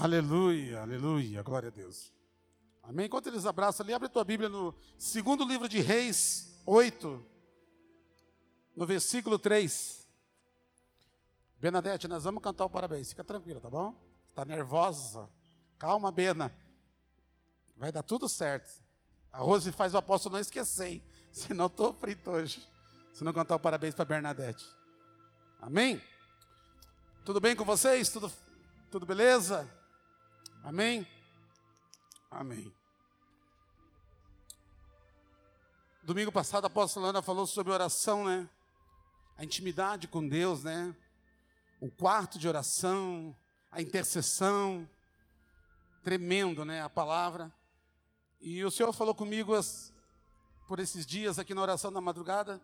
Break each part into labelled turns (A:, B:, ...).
A: Aleluia, aleluia, glória a Deus. Amém? Enquanto eles abraçam ali, abre tua Bíblia no segundo livro de Reis, 8, no versículo 3. Bernadette, nós vamos cantar o parabéns, fica tranquila, tá bom? Está nervosa? Calma, Bena. Vai dar tudo certo. A Rose faz o apóstolo não esquecer, hein? Senão estou frito hoje. Se não cantar o parabéns para Bernadette. Amém? Tudo bem com vocês? Tudo beleza? Amém? Amém. Domingo passado a apóstola Ana falou sobre oração, né? A intimidade com Deus, né? O quarto de oração, a intercessão. Tremendo, né? A palavra. E o Senhor falou comigo por esses dias aqui na oração da madrugada,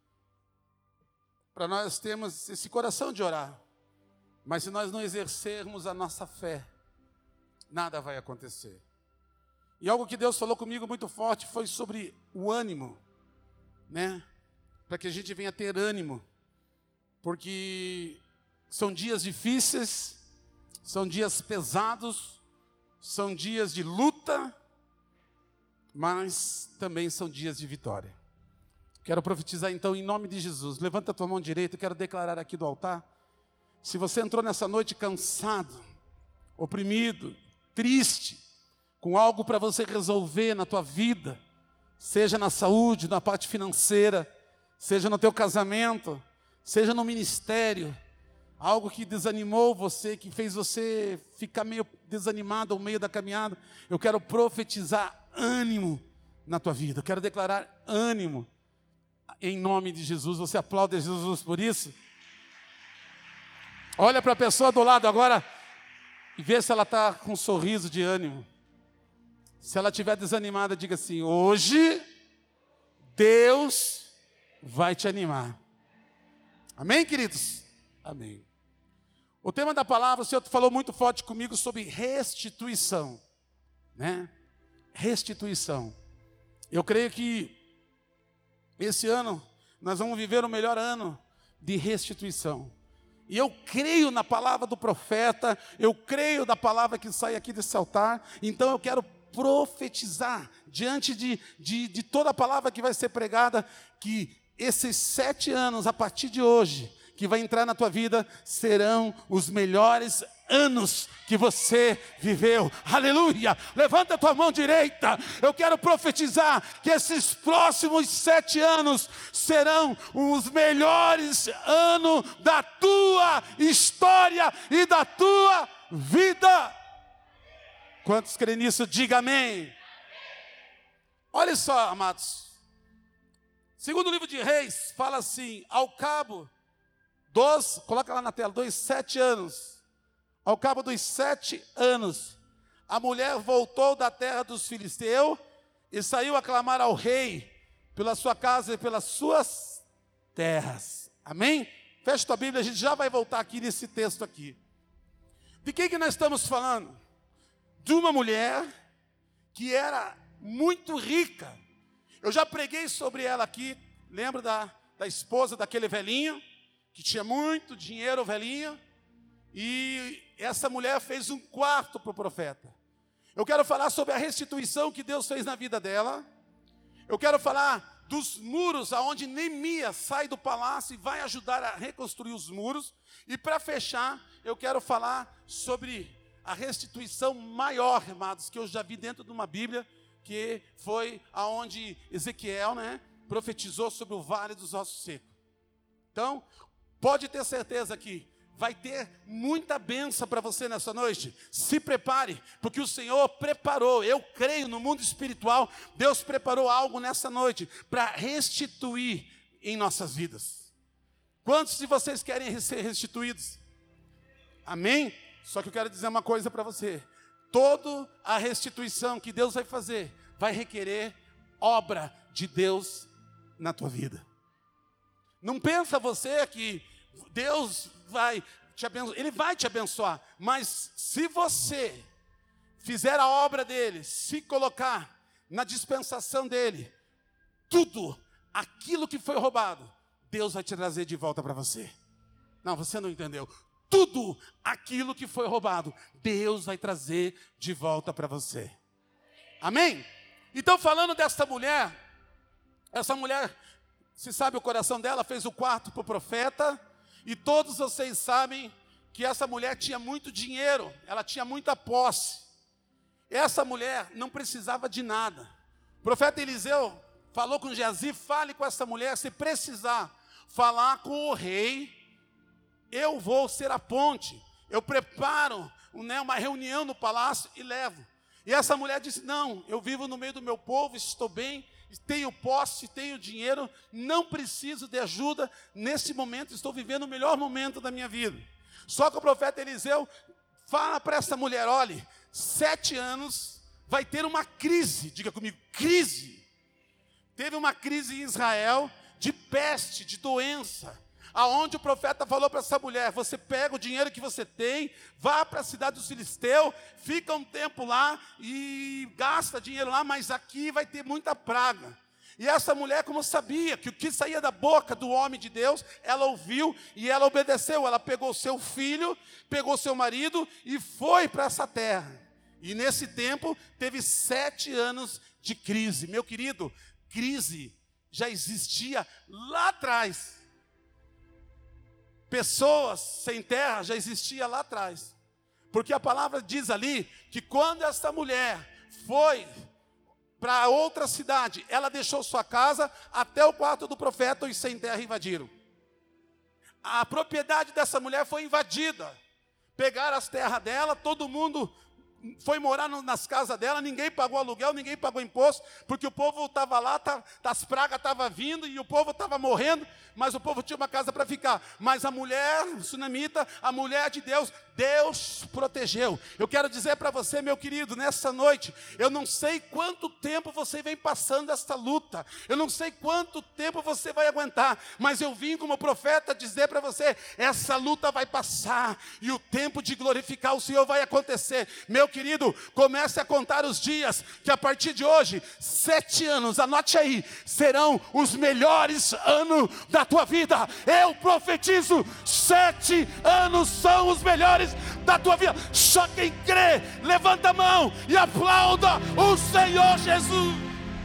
A: para nós termos esse coração de orar. Mas se nós não exercermos a nossa fé, nada vai acontecer. E algo que Deus falou comigo muito forte foi sobre o ânimo, né? Para que a gente venha ter ânimo, porque são dias difíceis, são dias pesados, são dias de luta, mas também são dias de vitória. Quero profetizar então em nome de Jesus. Levanta a tua mão direita, eu quero declarar aqui do altar. Se você entrou nessa noite cansado, oprimido, triste, com algo para você resolver na tua vida, seja na saúde, na parte financeira, seja no teu casamento, seja no ministério, algo que desanimou você, que fez você ficar meio desanimado ao meio da caminhada, eu quero profetizar ânimo na tua vida, eu quero declarar ânimo em nome de Jesus. Você aplaude Jesus por isso? Olha para a pessoa do lado agora e vê se ela está com um sorriso de ânimo. Se ela estiver desanimada, diga assim: hoje Deus vai te animar. Amém, queridos? Amém. O tema da palavra, o Senhor falou muito forte comigo sobre restituição, né? Restituição. Eu creio que esse ano nós vamos viver o melhor ano de restituição. E eu creio na palavra do profeta, eu creio na palavra que sai aqui desse altar, então eu quero profetizar diante de toda a palavra que vai ser pregada, que esses 7 anos, a partir de hoje, que vai entrar na tua vida, serão os melhores anos que você viveu. Aleluia! Levanta a tua mão direita. Eu quero profetizar que esses próximos 7 anos serão os melhores anos da tua história e da tua vida. Quantos creem nisso? Diga amém. Olha só, amados. Segundo livro de Reis, fala assim: ao cabo coloca lá na tela, 7 anos. Ao cabo dos 7 anos, a mulher voltou da terra dos filisteus e saiu a clamar ao rei pela sua casa e pelas suas terras. Amém? Fecha tua Bíblia, a gente já vai voltar aqui nesse texto aqui. De quem que nós estamos falando? De uma mulher que era muito rica. Eu já preguei sobre ela aqui. Lembra da esposa daquele velhinho, que tinha muito dinheiro, o velhinho? E essa mulher fez um quarto para o profeta. Eu quero falar sobre a restituição que Deus fez na vida dela. Eu quero falar dos muros, aonde Neemias sai do palácio e vai ajudar a reconstruir os muros. E para fechar, eu quero falar sobre a restituição maior, amados, que eu já vi dentro de uma Bíblia, que foi aonde Ezequiel, né, profetizou sobre o vale dos ossos secos. Então, pode ter certeza que vai ter muita bênção para você nessa noite. Se prepare, porque o Senhor preparou. Eu creio no mundo espiritual, Deus preparou algo nessa noite para restituir em nossas vidas. Quantos de vocês querem ser restituídos? Amém? Só que eu quero dizer uma coisa para você. Toda a restituição que Deus vai fazer vai requerer obra de Deus na tua vida. Não pensa você que Deus vai te abençoar. Ele vai te abençoar. Mas se você fizer a obra dele, se colocar na dispensação dele, tudo aquilo que foi roubado, Deus vai te trazer de volta para você. Não, você não entendeu. tudo aquilo que foi roubado, Deus vai trazer de volta para você. Amém? Então, falando dessa mulher, essa mulher, se sabe o coração dela, fez o quarto para o profeta, e todos vocês sabem que essa mulher tinha muito dinheiro, ela tinha muita posse. Essa mulher não precisava de nada. O profeta Eliseu falou com Geazi: fale com essa mulher, se precisar falar com o rei, eu vou ser a ponte, eu preparo uma reunião no palácio e levo. E essa mulher disse: não, eu vivo no meio do meu povo, estou bem, tenho posse, tenho dinheiro, não preciso de ajuda, nesse momento estou vivendo o melhor momento da minha vida. Só que o profeta Eliseu fala para essa mulher: olhe, 7 anos vai ter uma crise, diga comigo, crise. Teve uma crise em Israel de peste, de doença, aonde o profeta falou para essa mulher: você pega o dinheiro que você tem, vá para a cidade dos filisteus, fica um tempo lá e gasta dinheiro lá, mas aqui vai ter muita praga. E essa mulher, como sabia que o que saía da boca do homem de Deus, ela ouviu e ela obedeceu. Ela pegou seu filho, pegou seu marido e foi para essa terra. E nesse tempo teve 7 anos de crise. Meu querido, crise já existia lá atrás. Pessoas sem terra já existia lá atrás. Porque a palavra diz ali que quando essa mulher foi para outra cidade, ela deixou sua casa até o quarto do profeta, os sem terra invadiram. A propriedade dessa mulher foi invadida. Pegaram as terras dela, todo mundo foi morar nas casas dela, ninguém pagou aluguel, ninguém pagou imposto, porque o povo estava lá, as pragas estavam vindo e o povo estava morrendo, mas o povo tinha uma casa para ficar. Mas a mulher sunamita, a mulher de Deus, Deus protegeu. Eu quero dizer para você, meu querido, nessa noite, eu não sei quanto tempo você vem passando esta luta, eu não sei quanto tempo você vai aguentar, mas eu vim como profeta dizer para você: essa luta vai passar e o tempo de glorificar o Senhor vai acontecer. Meu querido, comece a contar os dias, que a partir de hoje, 7 anos, anote aí, serão os melhores anos da tua vida. Eu profetizo, 7 anos são os melhores da tua vida. Só quem crê, levanta a mão e aplauda o Senhor Jesus.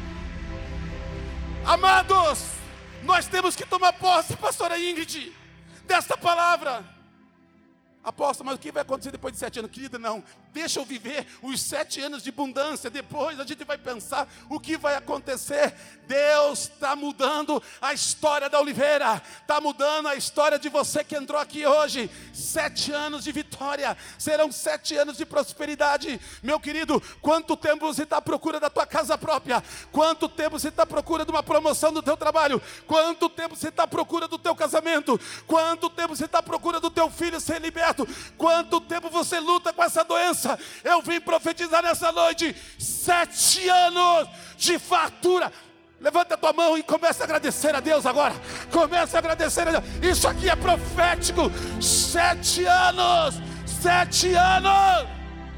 A: Amados, nós temos que tomar posse, pastora Ingrid, desta palavra. Apóstolo, mas o que vai acontecer depois de 7 anos? Querida, não, deixa eu viver os 7 anos de abundância, depois a gente vai pensar o que vai acontecer. Deus está mudando a história da Oliveira, está mudando a história de você que entrou aqui hoje. 7 anos de vitória, serão 7 anos de prosperidade. Meu querido, quanto tempo você está à procura da tua casa própria? Quanto tempo você está à procura de uma promoção do teu trabalho? Quanto tempo você está à procura do teu casamento? Quanto tempo você está à procura do teu filho ser liberto? Quanto tempo você luta com essa doença? Eu vim profetizar nessa noite 7 anos de fartura. Levanta a tua mão e comece a agradecer a Deus agora. Comece a agradecer a Deus. Isso aqui é profético. 7 anos. 7 anos.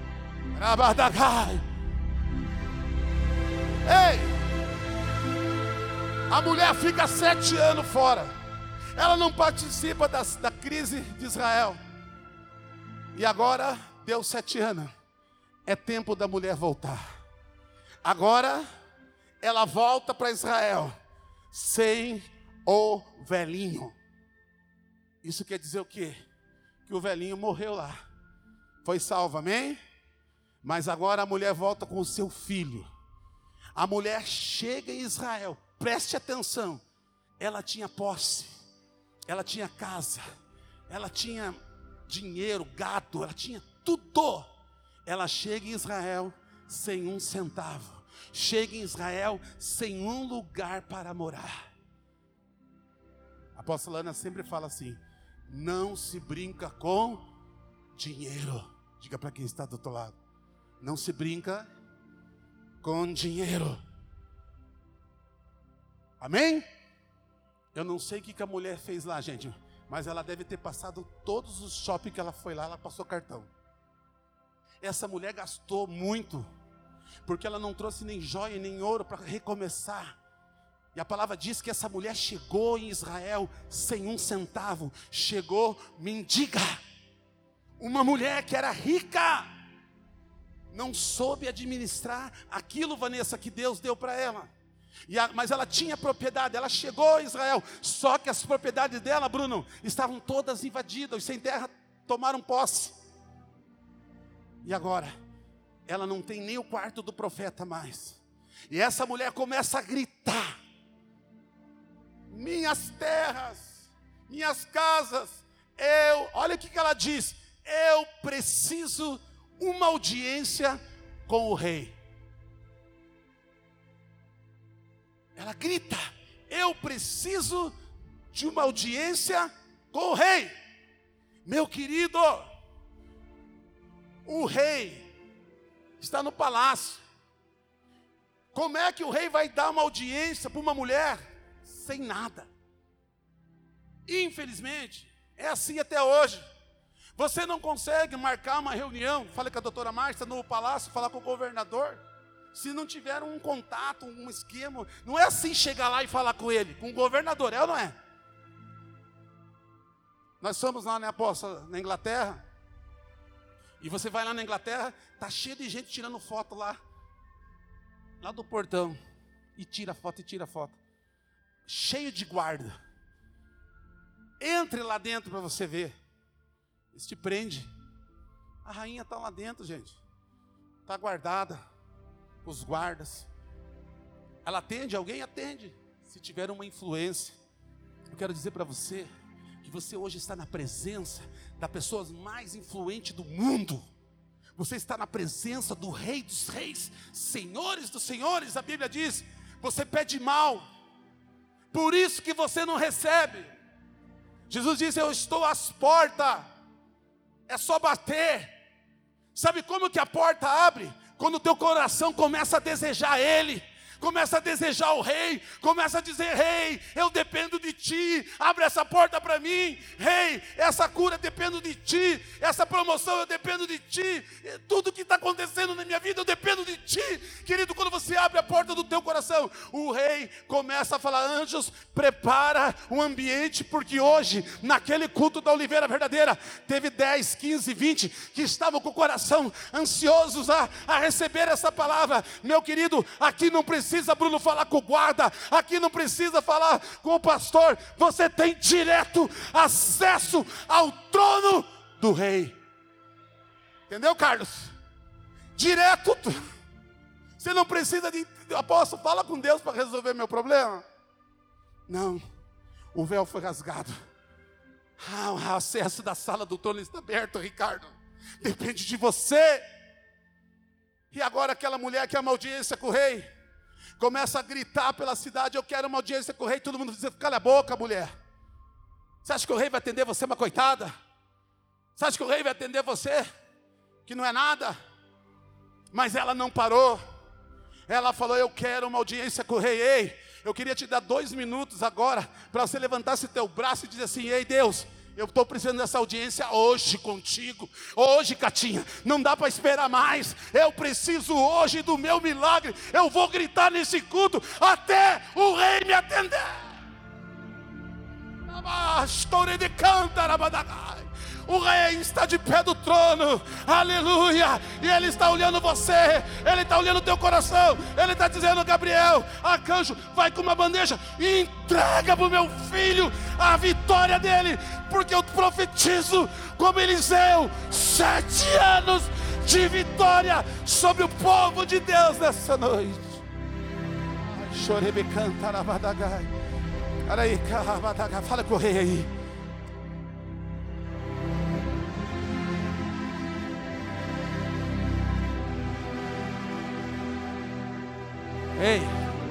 A: Ei, a mulher fica 7 anos fora. Ela não participa da crise de Israel. E agora deu 7 anos. É tempo da mulher voltar. Agora ela volta para Israel sem o velhinho. Isso quer dizer o quê? Que o velhinho morreu lá. Foi salvo, amém? Mas agora a mulher volta com o seu filho. A mulher chega em Israel. Preste atenção. Ela tinha posse. Ela tinha casa. Ela tinha dinheiro, gado, ela tinha tudo. Ela chega em Israel sem 1 centavo. Chega em Israel sem um lugar para morar. A apóstola Ana sempre fala assim: não se brinca com dinheiro. Diga para quem está do outro lado: não se brinca com dinheiro. Amém? Eu não sei o que a mulher fez lá, gente, mas ela deve ter passado todos os shopping que ela foi lá, ela passou cartão. Essa mulher gastou muito, porque ela não trouxe nem joia nem ouro para recomeçar. E a palavra diz que essa mulher chegou em Israel sem 1 centavo, chegou mendiga. Uma mulher que era rica, não soube administrar aquilo, Vanessa, que Deus deu para ela. Mas ela tinha propriedade, ela chegou a Israel, só que as propriedades dela, Bruno, estavam todas invadidas, os sem terra tomaram posse. E agora, ela não tem nem o quarto do profeta mais. E essa mulher começa a gritar: minhas terras, minhas casas, olha o que ela diz: eu preciso uma audiência com o rei. Ela grita: eu preciso de uma audiência com o rei. Meu querido, o rei está no palácio. Como é que o rei vai dar uma audiência para uma mulher sem nada? Infelizmente, é assim até hoje. Você não consegue marcar uma reunião, falei com a doutora Márcia, no palácio, falar com o governador, se não tiver um contato, um esquema. Não é assim chegar lá e falar com ele, com o governador, é ou não é? Nós fomos lá, né, apóstolo, na Inglaterra, e você vai lá na Inglaterra, está cheio de gente tirando foto lá do portão, e tira foto, cheio de guarda. Entre lá dentro para você ver. Eles te prende. A rainha está lá dentro, gente. Está guardada. Os guardas. Ela atende alguém? Atende. Se tiver uma influência. Eu quero dizer para você que você hoje está na presença da pessoa mais influente do mundo. Você está na presença do Rei dos Reis, Senhores dos Senhores. A Bíblia diz: você pede mal, por isso que você não recebe. Jesus diz: eu estou às portas, é só bater. Sabe como que a porta abre? Quando o teu coração começa a desejar Ele, começa a desejar o rei, começa a dizer: rei, eu dependo de ti, abre essa porta para mim. Rei, essa cura eu dependo de ti, essa promoção eu dependo de ti, tudo que está acontecendo na minha vida eu dependo de ti. Querido, quando você abre a porta do teu coração, o rei começa a falar: anjos, prepara um ambiente, porque hoje, naquele culto da Oliveira Verdadeira, teve 10, 15, 20 que estavam com o coração ansiosos a receber essa palavra. Meu querido, aqui não precisa, Bruno, falar com o guarda, aqui não precisa falar com o pastor, você tem direto acesso ao trono do rei. Entendeu, Carlos? Direto. Você não precisa de apóstolo, fala com Deus para resolver meu problema. Não, o véu foi rasgado. O acesso da sala do trono está aberto, Ricardo. Depende de você. E agora aquela mulher que é uma audiência com o rei começa a gritar pela cidade: eu quero uma audiência com o rei. Todo mundo diz: cala a boca, mulher. Você acha que o rei vai atender você, uma coitada? Você acha que o rei vai atender você, que não é nada? Mas ela não parou. Ela falou: eu quero uma audiência com o rei. Ei, eu queria te dar 2 minutos agora, para você levantar esse teu braço e dizer assim: ei, Deus, eu estou precisando dessa audiência hoje contigo. Hoje, Catinha, não dá para esperar mais. Eu preciso hoje do meu milagre. Eu vou gritar nesse culto até o rei me atender. O rei está de pé do trono, aleluia, e ele está olhando você, ele está olhando o teu coração, ele está dizendo: Gabriel, arcanjo, vai com uma bandeja e entrega para o meu filho a vitória dele, porque eu profetizo como Eliseu, 7 anos de vitória sobre o povo de Deus nessa noite. Fala com o rei aí. Ei,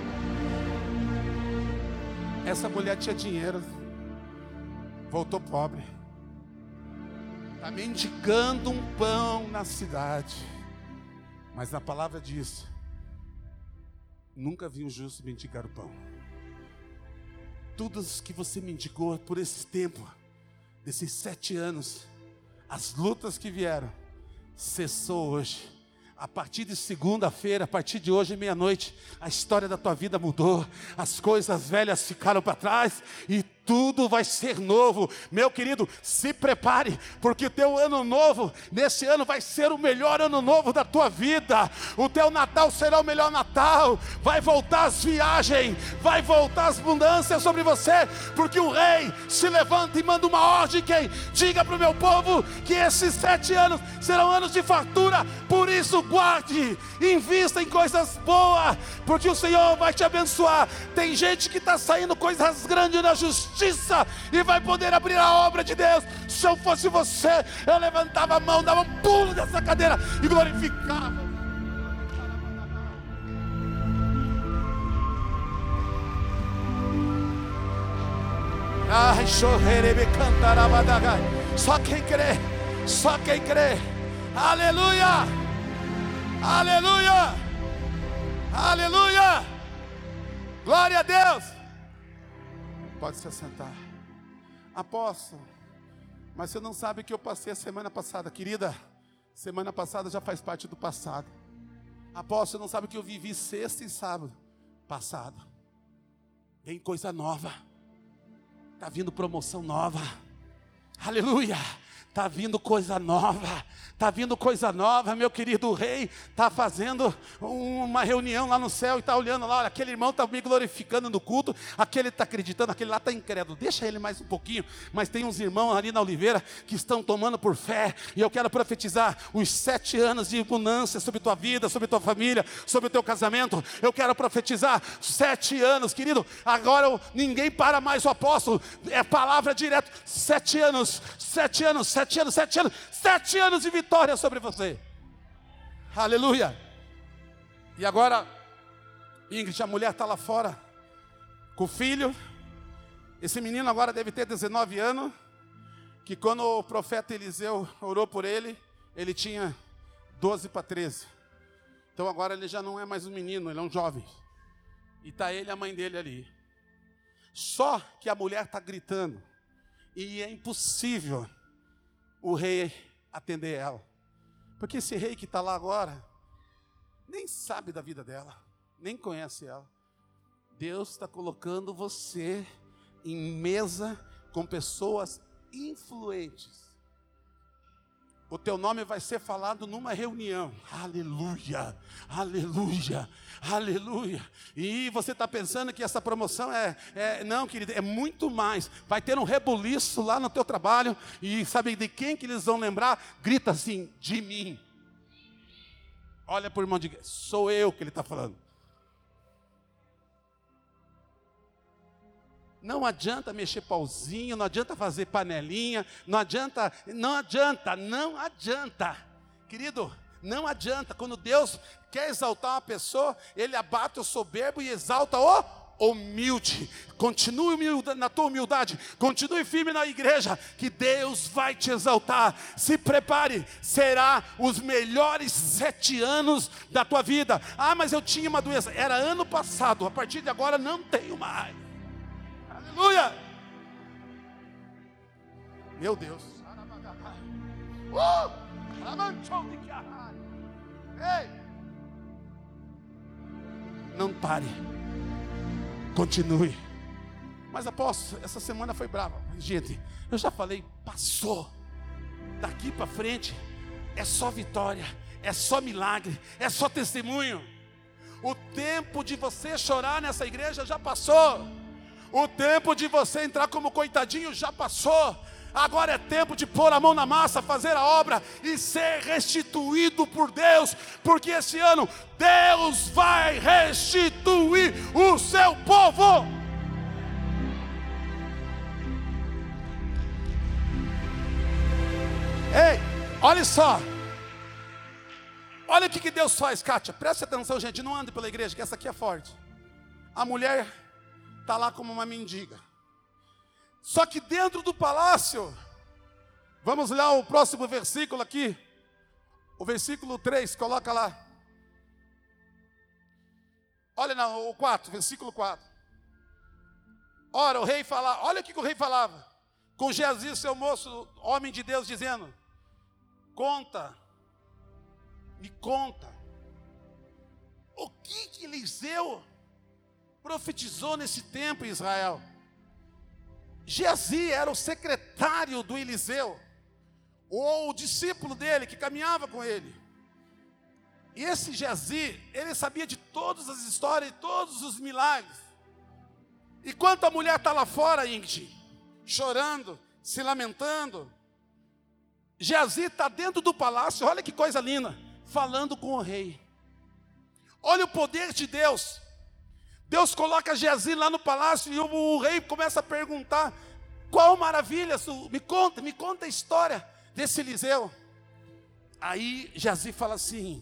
A: essa mulher tinha dinheiro, voltou pobre, está mendigando um pão na cidade, mas na palavra diz: nunca vi um justo mendigar o pão. Tudo que você mendigou por esse tempo, desses 7 anos, as lutas que vieram, cessou hoje. A partir de segunda-feira, a partir de hoje, meia-noite, a história da tua vida mudou. As coisas velhas ficaram para trás e tudo vai ser novo. Meu querido, se prepare, porque o teu ano novo, nesse ano vai ser o melhor ano novo da tua vida. O teu Natal será o melhor Natal. Vai voltar as viagens, vai voltar as abundâncias sobre você, porque o rei se levanta e manda uma ordem, quem? Diga para o meu povo que esses 7 anos serão anos de fartura. Por isso guarde, invista em coisas boas, porque o Senhor vai te abençoar. Tem gente que está saindo coisas grandes na justiça e vai poder abrir a obra de Deus. Se eu fosse você, eu levantava a mão, dava um pulo dessa cadeira e glorificava. Ai, chorrerebe cantarabadagai. Só quem crê, só quem crê. Aleluia, aleluia, aleluia. Glória a Deus. Pode se assentar. Apóstolo, mas você não sabe o que eu passei a semana passada. Querida, semana passada já faz parte do passado. Apóstolo, você não sabe o que eu vivi sexta e sábado passado. Vem coisa nova. Está vindo promoção nova. Aleluia. Está vindo coisa nova. Está vindo coisa nova, meu querido. O rei está fazendo uma reunião lá no céu e está olhando lá, olha, aquele irmão está me glorificando no culto, aquele está acreditando, aquele lá está incrédulo, deixa ele mais um pouquinho. Mas tem uns irmãos ali na Oliveira que estão tomando por fé, e eu quero profetizar os 7 anos de abundância sobre tua vida, sobre tua família, sobre o teu casamento. Eu quero profetizar 7 anos, querido. Agora ninguém para mais o apóstolo, é palavra direto. 7 anos, 7 anos, 7 anos, 7 anos, 7 anos de vitória sobre você. Aleluia. E agora, Ingrid, a mulher está lá fora com o filho. Esse menino agora deve ter 19 anos. Que quando o profeta Eliseu orou por ele, ele tinha 12 para 13. Então agora ele já não é mais um menino, ele é um jovem. E está ele e a mãe dele ali. Só que a mulher está gritando. E é impossível o rei atender ela, porque esse rei que está lá agora nem sabe da vida dela, nem conhece ela. Deus está colocando você em mesa com pessoas influentes. O teu nome vai ser falado numa reunião. Aleluia, aleluia, aleluia. E você está pensando que essa promoção não, querido, é muito mais. Vai ter um rebuliço lá no teu trabalho. E sabe de quem que eles vão lembrar? Grita assim, de mim. Olha para o irmão e diga, sou eu que ele está falando. Não adianta mexer pauzinho, não adianta fazer panelinha, não adianta. Querido, não adianta. Quando Deus quer exaltar uma pessoa, Ele abate o soberbo e exalta o humilde. Continue humilde na tua humildade, continue firme na igreja, que Deus vai te exaltar. Se prepare, será os melhores 7 anos da tua vida. Ah, mas eu tinha uma doença, era ano passado, a partir de agora não tenho mais. Aleluia! Meu Deus! Ei! Não pare, continue. Mas apóstolo, essa semana foi brava. Gente, eu já falei, passou. Daqui para frente é só vitória, é só milagre, é só testemunho. O tempo de você chorar nessa igreja já passou. O tempo de você entrar como coitadinho já passou. Agora é tempo de pôr a mão na massa, fazer a obra e ser restituído por Deus, porque esse ano Deus vai restituir o seu povo. Ei, olha só. Olha o que Deus faz, Kátia. Preste atenção, gente, não ande pela igreja, que essa aqui é forte. A mulher está lá como uma mendiga. Só que dentro do palácio, vamos ler o próximo versículo aqui. O versículo 3, coloca lá. Olha o 4, versículo 4. Ora, o rei falava, olha o que o rei falava. Com Geazi, seu moço, homem de Deus, dizendo: conta, me conta. O que Eliseu profetizou nesse tempo em Israel? Geazi era o secretário do Eliseu, ou o discípulo dele, que caminhava com ele. E esse Geazi, ele sabia de todas as histórias, de todos os milagres. E quando a mulher está lá fora, Ingrid, chorando, se lamentando, Geazi está dentro do palácio, olha que coisa linda, falando com o rei. Olha o poder de Deus. Deus coloca Geazi lá no palácio e o rei começa a perguntar: qual maravilha, me conta a história desse Eliseu. Aí Geazi fala assim: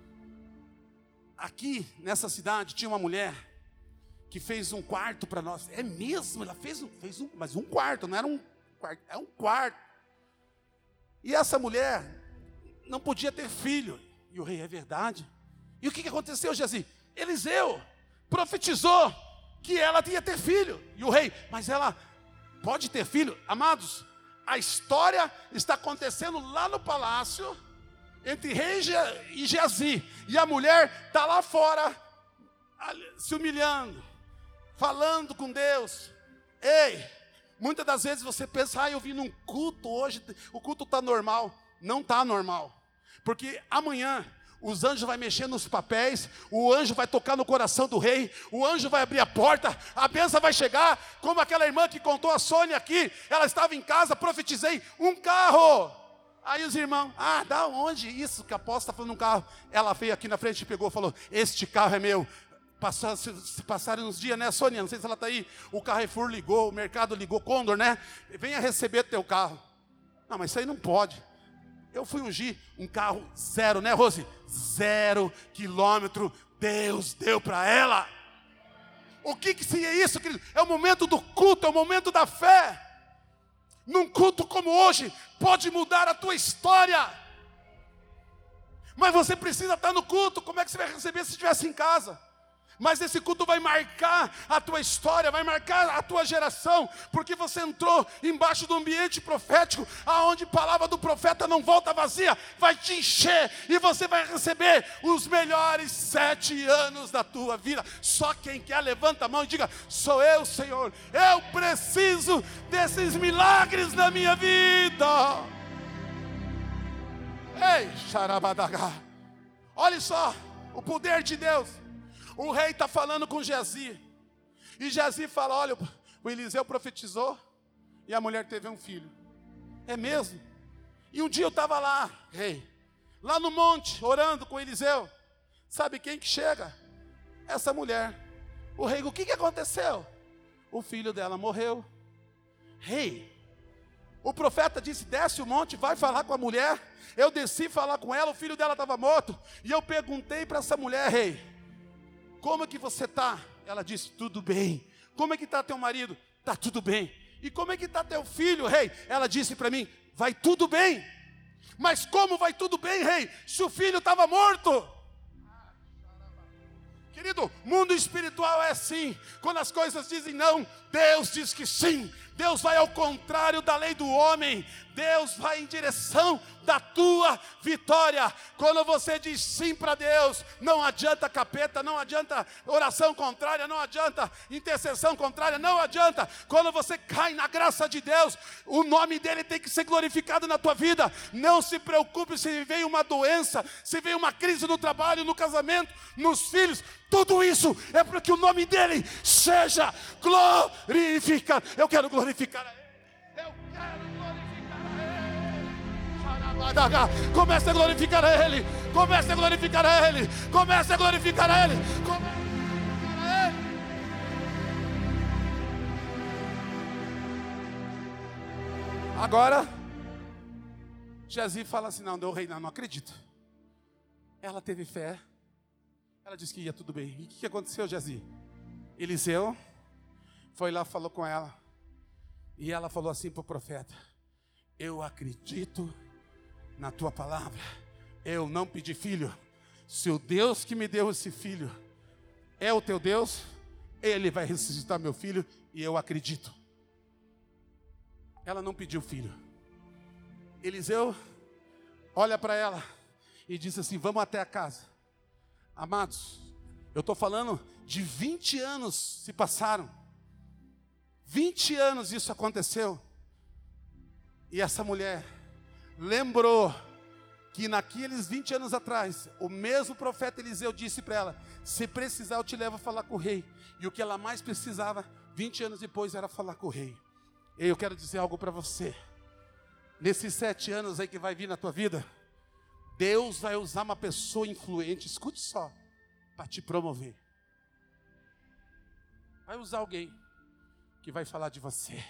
A: aqui nessa cidade tinha uma mulher que fez um quarto para nós. É mesmo? Ela fez mas um quarto, não era um quarto, é um quarto. E essa mulher não podia ter filho. E o rei: é verdade? E o que aconteceu, Geazi? Eliseu profetizou que ela ia ter filho. E o rei: mas ela pode ter filho? Amados, a história está acontecendo lá no palácio, entre rei e Geazi. E a mulher está lá fora, se humilhando, falando com Deus. Ei, muitas das vezes você pensa: eu vim num culto hoje, o culto está normal. Não está normal, porque amanhã os anjos vão mexer nos papéis, o anjo vai tocar no coração do rei, o anjo vai abrir a porta, a bênção vai chegar, como aquela irmã que contou, a Sônia aqui, ela estava em casa, profetizei um carro. Aí os irmãos: da onde isso que a apóstola está falando um carro? Ela veio aqui na frente e pegou e falou: este carro é meu. Passaram uns dias, né, Sônia? Não sei se ela está aí. O Carrefour ligou, o mercado ligou, Condor, né? Venha receber teu carro. Não, mas isso aí não pode. Eu fui ungir um carro zero, né, Rose? 0 quilômetro, Deus deu para ela. O que seria isso, querido? É o momento do culto, é o momento da fé. Num culto como hoje, pode mudar a tua história. Mas você precisa estar no culto. Como é que você vai receber se estivesse em casa? Mas esse culto vai marcar a tua história, vai marcar a tua geração, porque você entrou embaixo do ambiente profético, aonde a palavra do profeta não volta vazia, vai te encher, e você vai receber os melhores 7 anos da tua vida. Só quem quer, levanta a mão e diga: sou eu, Senhor, eu preciso desses milagres na minha vida. Ei, xarabadagá, olha só o poder de Deus. O rei está falando com Geazi, e Geazi fala: olha, o Eliseu profetizou, e a mulher teve um filho. É mesmo? E um dia eu estava lá, rei, lá no monte, orando com Eliseu. Sabe quem que chega? Essa mulher. O rei: o que aconteceu? O filho dela morreu. Rei, o profeta disse: desce o monte, vai falar com a mulher. Eu desci falar com ela, o filho dela estava morto. E eu perguntei para essa mulher: rei, como é que você está? Ela disse: tudo bem. Como é que está teu marido? Está tudo bem. E como é que está teu filho, rei? Ela disse para mim: vai tudo bem. Mas como vai tudo bem, rei, se o filho estava morto? Querido, mundo espiritual é assim. Quando as coisas dizem não, Deus diz que sim. Deus vai ao contrário da lei do homem. Deus vai em direção da tua vitória. Quando você diz sim para Deus, não adianta capeta, não adianta oração contrária, não adianta intercessão contrária, não adianta. Quando você cai na graça de Deus, o nome dele tem que ser glorificado na tua vida. Não se preocupe se veio uma doença, se veio uma crise no trabalho, no casamento, nos filhos. Tudo isso é para que o nome dele seja glorificado. Eu quero glorificar a ele. Eu quero glorificar a ele. Comece a glorificar a ele. Comece a glorificar a ele. Comece a glorificar a ele. Comece a glorificar a ele. Agora, Geazi fala assim: não, rei, não acredito. Ela teve fé. Ela disse que ia tudo bem. E o que aconteceu, Geazi? Eliseu foi lá, falou com ela. E ela falou assim para o profeta: eu acredito na tua palavra. Eu não pedi filho. Se o Deus que me deu esse filho é o teu Deus, Ele vai ressuscitar meu filho, e eu acredito. Ela não pediu filho. Eliseu olha para ela e diz assim: vamos até a casa. Amados, eu estou falando de 20 anos se passaram. 20 anos isso aconteceu. E essa mulher lembrou que naqueles 20 anos atrás, o mesmo profeta Eliseu disse para ela: se precisar eu te levo a falar com o rei. E o que ela mais precisava, 20 anos depois, era falar com o rei. E eu quero dizer algo para você. Nesses 7 anos aí que vai vir na tua vida, Deus vai usar uma pessoa influente, escute só, para te promover. Vai usar alguém que vai falar de você.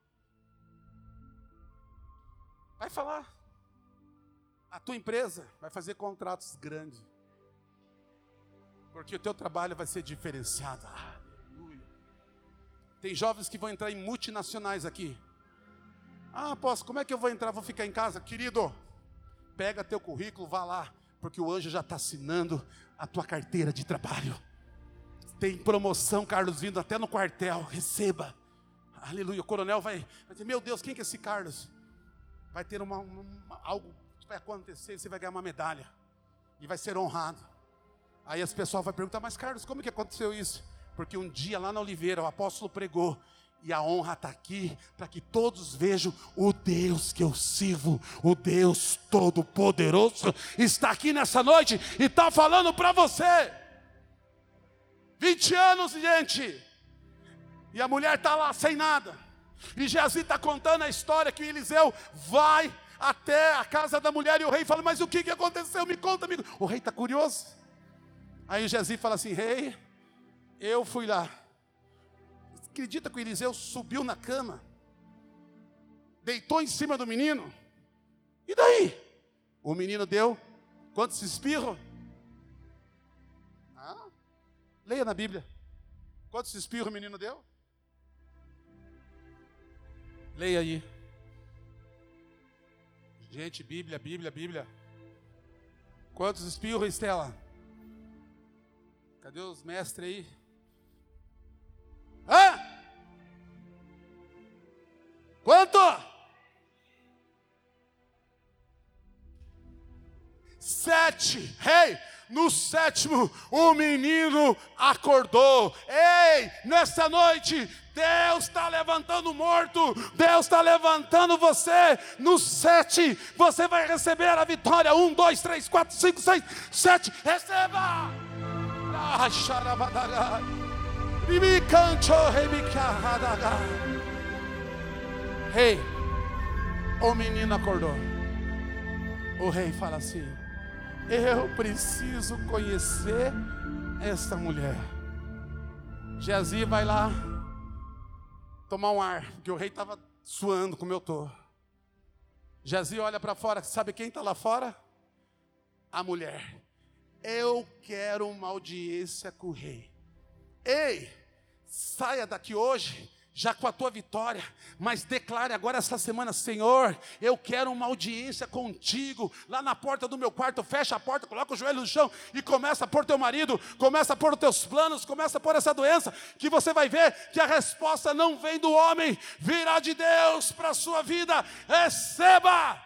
A: Vai falar. A tua empresa vai fazer contratos grandes. Porque o teu trabalho vai ser diferenciado. Aleluia. Tem jovens que vão entrar em multinacionais aqui. Ah, apóstolo, como é que eu vou entrar? Vou ficar em casa? Querido, pega teu currículo, vá lá. Porque o anjo já está assinando a tua carteira de trabalho. Tem promoção, Carlos, vindo até no quartel. Receba. Aleluia. O coronel vai dizer: meu Deus, quem que é esse Carlos? Vai ter algo que vai acontecer, você vai ganhar uma medalha. E vai ser honrado. Aí as pessoas vão perguntar: mas Carlos, como que aconteceu isso? Porque um dia lá na Oliveira o apóstolo pregou. E a honra está aqui para que todos vejam o Deus que eu sirvo, o Deus Todo-Poderoso, está aqui nessa noite e está falando para você. 20 anos, gente. E a mulher está lá sem nada. E Geazi está contando a história que o Eliseu vai até a casa da mulher. E o rei fala: mas o que aconteceu? Me conta, amigo. O rei está curioso. Aí o Geazi fala assim: rei, eu fui lá. Acredita que o Eliseu subiu na cama, deitou em cima do menino, e daí? O menino deu quantos espirros? Leia na Bíblia. Quantos espirros o menino deu? Leia aí. Gente, Bíblia. Quantos espirros, Estela? Cadê os mestres aí? Quanto? 7. Rei, no 7º o menino acordou. Ei, nessa noite Deus está levantando o morto. Deus está levantando você. No 7 você vai receber a vitória. 1, 2, 3, 4, 5, 6, 7. Receba. Rei, o menino acordou. O rei fala assim: eu preciso conhecer essa mulher. Geazi vai lá tomar um ar, porque o rei estava suando como eu estou. Geazi olha para fora, sabe quem está lá fora? A mulher. Eu quero uma audiência com o rei. Ei, saia daqui hoje já com a tua vitória, mas declare agora essa semana: Senhor, eu quero uma audiência contigo, lá na porta do meu quarto. Fecha a porta, coloca o joelho no chão e começa a pôr teu marido, começa a pôr os teus planos, começa a pôr essa doença, que você vai ver que a resposta não vem do homem, virá de Deus para a sua vida. Receba!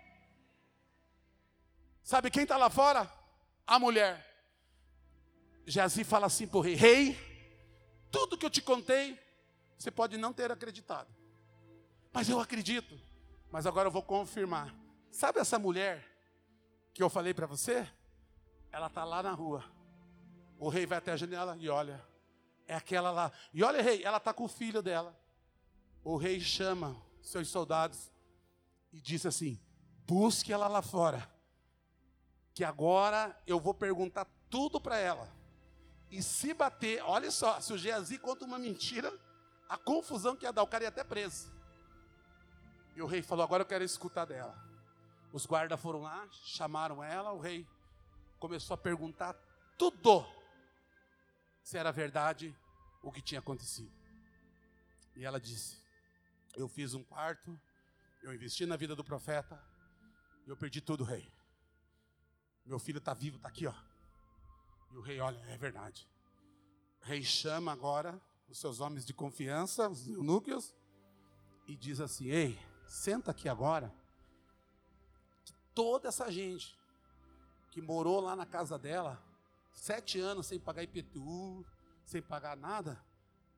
A: Sabe quem está lá fora? A mulher. Geazi fala assim para o rei: rei, tudo que eu te contei, você pode não ter acreditado, mas eu acredito. Mas agora eu vou confirmar. Sabe essa mulher que eu falei para você? Ela está lá na rua. O rei vai até a janela e olha. É aquela lá. E olha, rei, ela está com o filho dela. O rei chama seus soldados e diz assim: busque ela lá fora, que agora eu vou perguntar tudo para ela. E se bater, olha só, se o Geazi conta uma mentira, a confusão que ia dar, o cara ia até preso. E o rei falou: agora eu quero escutar dela. Os guardas foram lá, chamaram ela. O rei começou a perguntar tudo, se era verdade o que tinha acontecido. E ela disse: eu fiz um quarto, eu investi na vida do profeta, e eu perdi tudo, rei. Meu filho está vivo, está aqui, ó. E o rei olha: é verdade. O rei chama agora os seus homens de confiança, os eunucos, e diz assim: ei, senta aqui agora, que toda essa gente que morou lá na casa dela 7 anos sem pagar IPTU, sem pagar nada,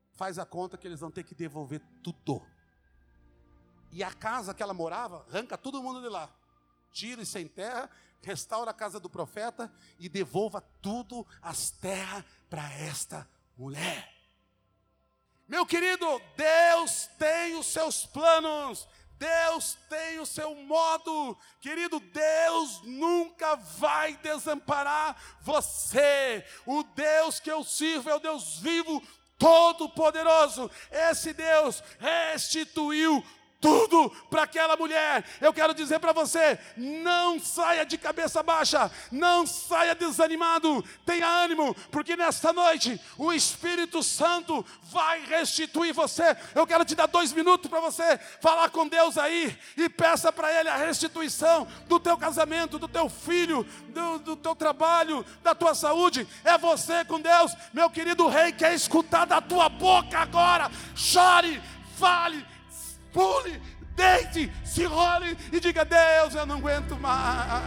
A: faz a conta que eles vão ter que devolver tudo. E a casa que ela morava, arranca todo mundo de lá. Tira e sem terra, restaura a casa do profeta e devolva tudo as terras para esta mulher. Meu querido, Deus tem os seus planos, Deus tem o seu modo. Querido, Deus nunca vai desamparar você. O Deus que eu sirvo é o Deus vivo, todo-poderoso. Esse Deus restituiu tudo para aquela mulher. Eu quero dizer para você, não saia de cabeça baixa, não saia desanimado, tenha ânimo, porque nesta noite o Espírito Santo vai restituir você. Eu quero te dar 2 minutos para você falar com Deus aí e peça para Ele a restituição do teu casamento, do teu filho, do teu trabalho, da tua saúde. É você com Deus. Meu querido rei quer escutar da tua boca agora. Chore, fale, pule, deite, se role e diga: Deus, eu não aguento mais.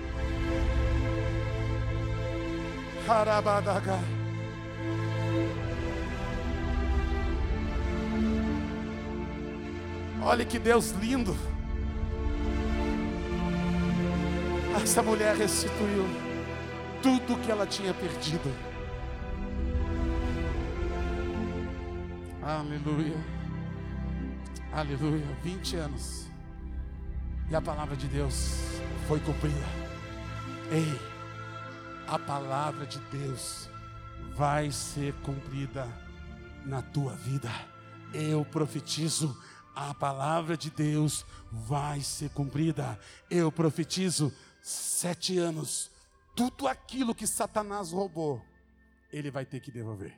A: Harabadaga. Olha que Deus lindo. Essa mulher restituiu tudo que ela tinha perdido. Aleluia. Aleluia, 20 anos. E a palavra de Deus foi cumprida. Ei, a palavra de Deus vai ser cumprida na tua vida. Eu profetizo, a palavra de Deus vai ser cumprida. Eu profetizo, 7 anos, tudo aquilo que Satanás roubou, ele vai ter que devolver.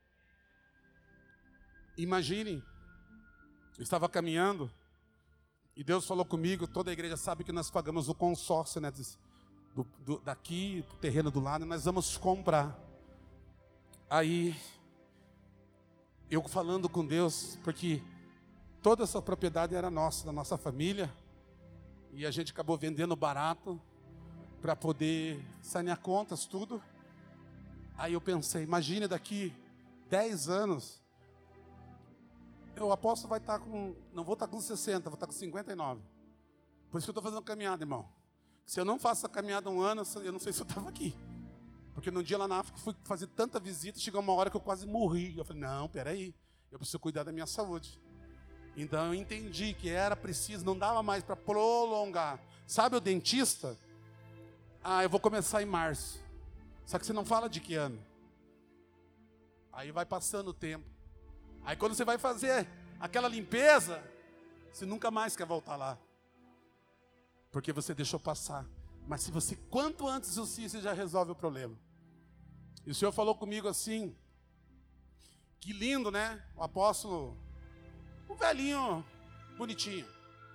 A: Imagine, eu estava caminhando e Deus falou comigo. Toda a igreja sabe que nós pagamos o consórcio, né, daqui, do terreno do lado, e nós vamos comprar. Aí, eu falando com Deus, porque toda essa propriedade era nossa, da nossa família, e a gente acabou vendendo barato para poder sanear contas, tudo. Aí eu pensei, imagine daqui 10 anos, o apóstolo vai estar com, não vou estar com 60, vou estar com 59. Por isso que eu estou fazendo caminhada, irmão. Se eu não faço a caminhada 1 ano, eu não sei se eu estava aqui. Porque num dia lá na África, fui fazer tanta visita, chegou uma hora que eu quase morri. Eu falei, não, peraí, eu preciso cuidar da minha saúde. Então eu entendi que era preciso, não dava mais para prolongar. Sabe o dentista? Eu vou começar em março. Só que você não fala de que ano. Aí vai passando o tempo. Aí quando você vai fazer aquela limpeza, você nunca mais quer voltar lá. Porque você deixou passar. Mas se você, quanto antes você já resolve o problema. E o Senhor falou comigo assim, que lindo, né? O apóstolo, um velhinho bonitinho.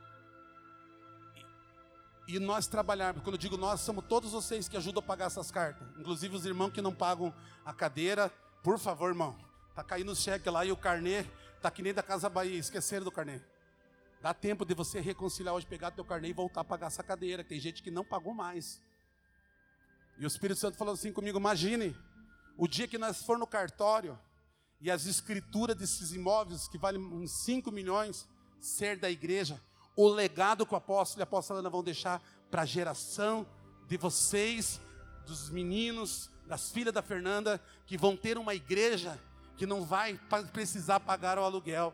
A: E nós trabalharmos, quando eu digo nós, somos todos vocês que ajudam a pagar essas cartas. Inclusive os irmãos que não pagam a cadeira, por favor, irmão. Está caindo o cheque lá e o carnê está que nem da Casa Bahia, esqueceram do carnê. Dá tempo de você reconciliar hoje, pegar teu carnê e voltar a pagar essa cadeira. Tem gente que não pagou mais. E o Espírito Santo falou assim comigo, imagine, o dia que nós for no cartório e as escrituras desses imóveis, que valem uns 5 milhões, ser da igreja, o legado que o apóstolo e a apóstola Ana vão deixar para a geração de vocês, dos meninos, das filhas da Fernanda, que vão ter uma igreja que não vai precisar pagar o aluguel.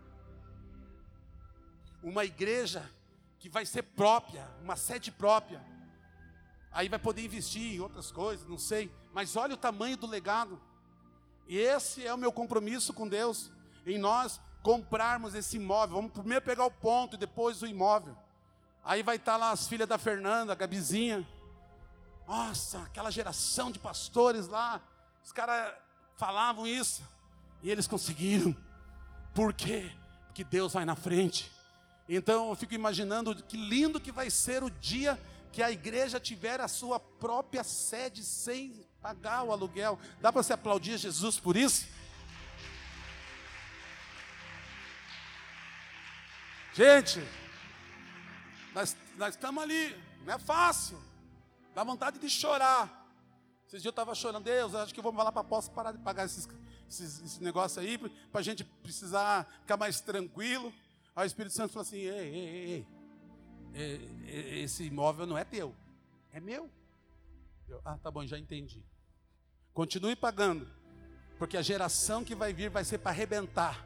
A: Uma igreja que vai ser própria, uma sede própria. Aí vai poder investir em outras coisas, não sei. Mas olha o tamanho do legado. E esse é o meu compromisso com Deus. Em nós comprarmos esse imóvel. Vamos primeiro pegar o ponto e depois o imóvel. Aí vai estar lá as filhas da Fernanda, a Gabizinha. Nossa, aquela geração de pastores lá. Os caras falavam isso. E eles conseguiram. Por quê? Porque Deus vai na frente. Então eu fico imaginando que lindo que vai ser o dia que a igreja tiver a sua própria sede sem pagar o aluguel. Dá para você aplaudir Jesus por isso? Gente, nós estamos ali, não é fácil. Dá vontade de chorar. Esses dias eu estava chorando, Deus, acho que eu vou falar para a apóstolo parar de pagar esse negócio aí, para a gente precisar ficar mais tranquilo. Aí o Espírito Santo falou assim, ei, esse imóvel não é teu, é meu. Tá bom, já entendi. Continue pagando, porque a geração que vai vir vai ser para arrebentar.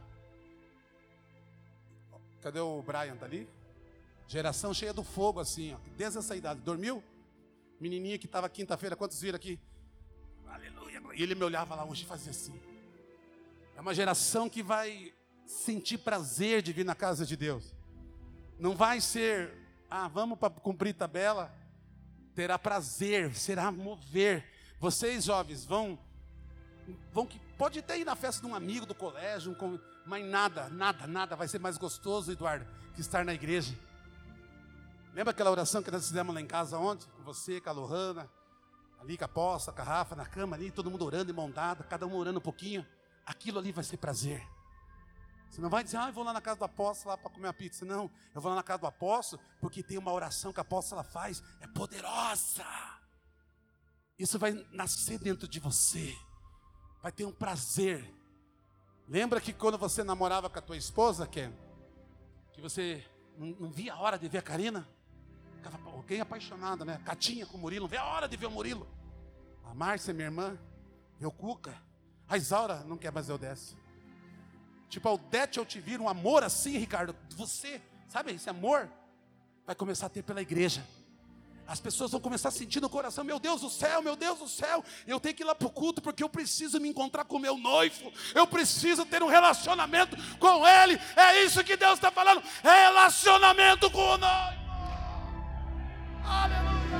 A: Cadê o Brian, tá ali? Geração cheia do fogo assim, ó, desde essa idade. Dormiu? Menininha que estava quinta-feira, quantos viram aqui? Aleluia. E ele me olhava lá hoje e fazia assim. É uma geração que vai sentir prazer de vir na casa de Deus. Não vai ser, vamos para cumprir tabela. Terá prazer, será mover. Vocês jovens vão que pode até ir na festa de um amigo do colégio, mas nada vai ser mais gostoso, Eduardo, que estar na igreja. Lembra aquela oração que nós fizemos lá em casa ontem? Com você, com a Lohana, ali com a Poça, com a Rafa, na cama ali, todo mundo orando, mão dada, cada um orando um pouquinho. Aquilo ali vai ser prazer. Você não vai dizer, eu vou lá na casa do apóstolo lá para comer uma pizza. Não, eu vou lá na casa do apóstolo porque tem uma oração que a apóstola faz, é poderosa. Isso vai nascer dentro de você. Vai ter um prazer. Lembra que quando você namorava com a tua esposa, Ken, que você não via a hora de ver a Karina? Ficava alguém apaixonada, né? Catinha com o Murilo, não vê a hora de ver o Murilo. A Márcia, minha irmã, vê o Cuca. A Isaura não quer mais ver o Décio. Tipo, a Odete, eu te viro um amor assim, Ricardo. Você, sabe, esse amor vai começar a ter pela igreja. As pessoas vão começar a sentir no coração, meu Deus do céu, eu tenho que ir lá para o culto, porque eu preciso me encontrar com o meu noivo, eu preciso ter um relacionamento com ele. É isso que Deus está falando, relacionamento com o noivo. Aleluia.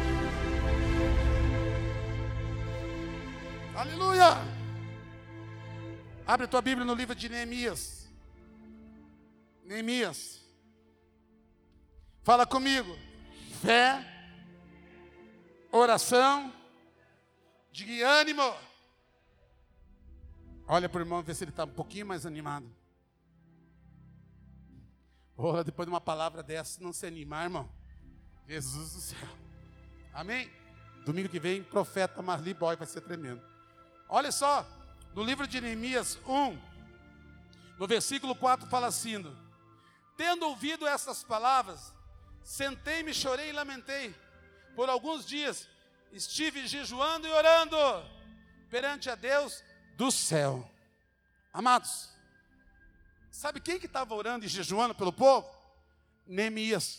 A: Aleluia. Abre tua Bíblia no livro de Neemias. Neemias. Fala comigo. Fé, oração, de ânimo. Olha para o irmão, ver se ele está um pouquinho mais animado. Depois de uma palavra dessa, não se animar, irmão. Jesus do céu. Amém? Domingo que vem, profeta Marli Boy vai ser tremendo. Olha só, no livro de Neemias 1, no versículo 4 fala assim: tendo ouvido essas palavras, sentei-me, chorei e lamentei. Por alguns dias estive jejuando e orando perante a Deus do céu. Amados, sabe quem que estava orando e jejuando pelo povo? Neemias.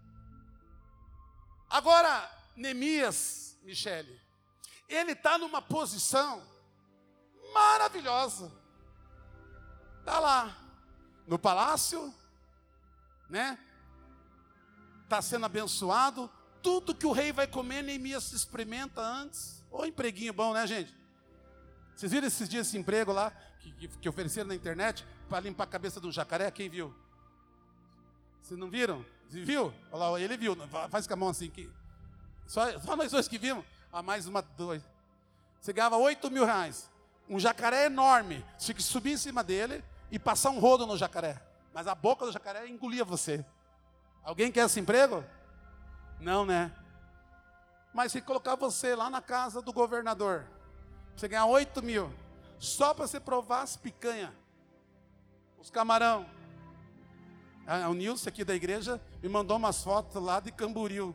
A: Agora, Neemias, Michele, ele está numa posição maravilhosa. Está lá, no palácio, né? Está sendo abençoado. Tudo que o rei vai comer, Neemias se experimenta antes. Ô empreguinho bom, né, gente? Vocês viram esses dias esse emprego lá, que ofereceram na internet, para limpar a cabeça de um jacaré? Quem viu? Vocês não viram? Você viu? Olha lá, ele viu. Faz com a mão assim. Só nós dois que vimos. Mais dois. Você ganhava 8 mil reais. Um jacaré enorme. Você tinha que subir em cima dele e passar um rodo no jacaré. Mas a boca do jacaré engolia você. Alguém quer esse emprego? Não, né? Mas se colocar você lá na casa do governador, você ganhar 8 mil, só para você provar as picanha, os camarão. O Nilson aqui da igreja me mandou umas fotos lá de Camboriú.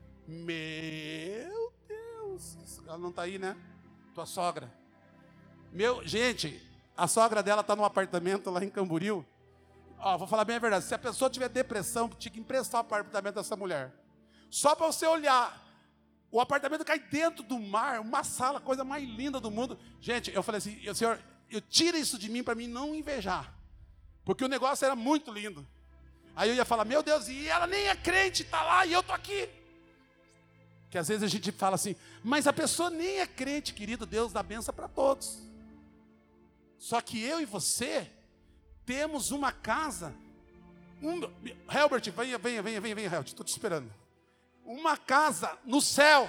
A: Meu Deus, ela não está aí, né? Tua sogra. Gente, a sogra dela está num apartamento lá em Camboriú. Vou falar bem a verdade, se a pessoa tiver depressão, tinha que emprestar o apartamento dessa mulher. Só para você olhar, o apartamento cai dentro do mar, uma sala, coisa mais linda do mundo. Gente, eu falei assim, Senhor, tira isso de mim para mim não invejar, porque o negócio era muito lindo. Aí eu ia falar, meu Deus, e ela nem é crente, está lá e eu estou aqui. Que às vezes a gente fala assim, mas a pessoa nem é crente, querido, Deus dá benção para todos. Só que eu e você temos uma casa. Helbert, venha, Helbert, estou te esperando. Uma casa no céu.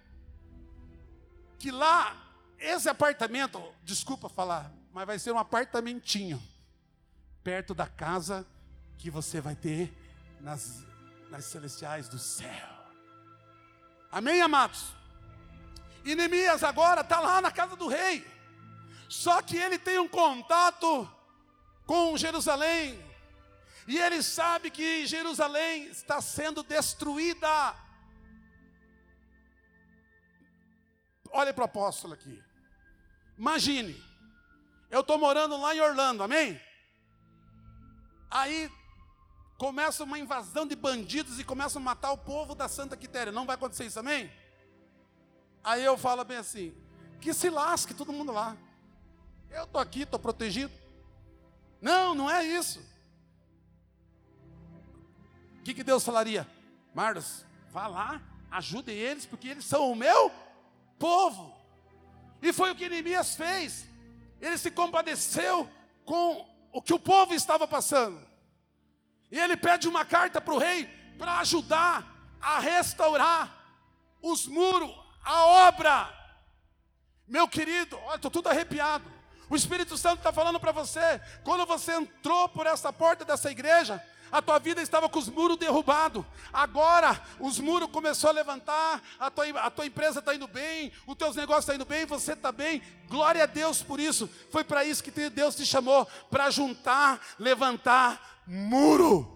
A: Que lá, esse apartamento, desculpa falar, mas vai ser um apartamentinho perto da casa que você vai ter nas celestiais do céu. Amém, amados? E Neemias agora está lá na casa do rei. Só que ele tem um contato com Jerusalém. E ele sabe que Jerusalém está sendo destruída. Olha para o apóstolo aqui. Imagine, eu estou morando lá em Orlando, amém? Aí começa uma invasão de bandidos e começam a matar o povo da Santa Quitéria. Não vai acontecer isso, amém? Aí eu falo bem assim, que se lasque todo mundo lá. Eu estou aqui, estou protegido. Não, não é isso. O que Deus falaria? Marlos, vá lá, ajude eles, porque eles são o meu povo. E foi o que Neemias fez. Ele se compadeceu com o que o povo estava passando. E ele pede uma carta para o rei para ajudar a restaurar os muros, a obra. Meu querido, olha, estou tudo arrepiado. O Espírito Santo está falando para você, quando você entrou por essa porta dessa igreja, a tua vida estava com os muros derrubados. Agora os muros começaram a levantar, a tua empresa está indo bem, os teus negócios estão indo bem, você está bem. Glória a Deus por isso. Foi para isso que Deus te chamou, para juntar, levantar muro.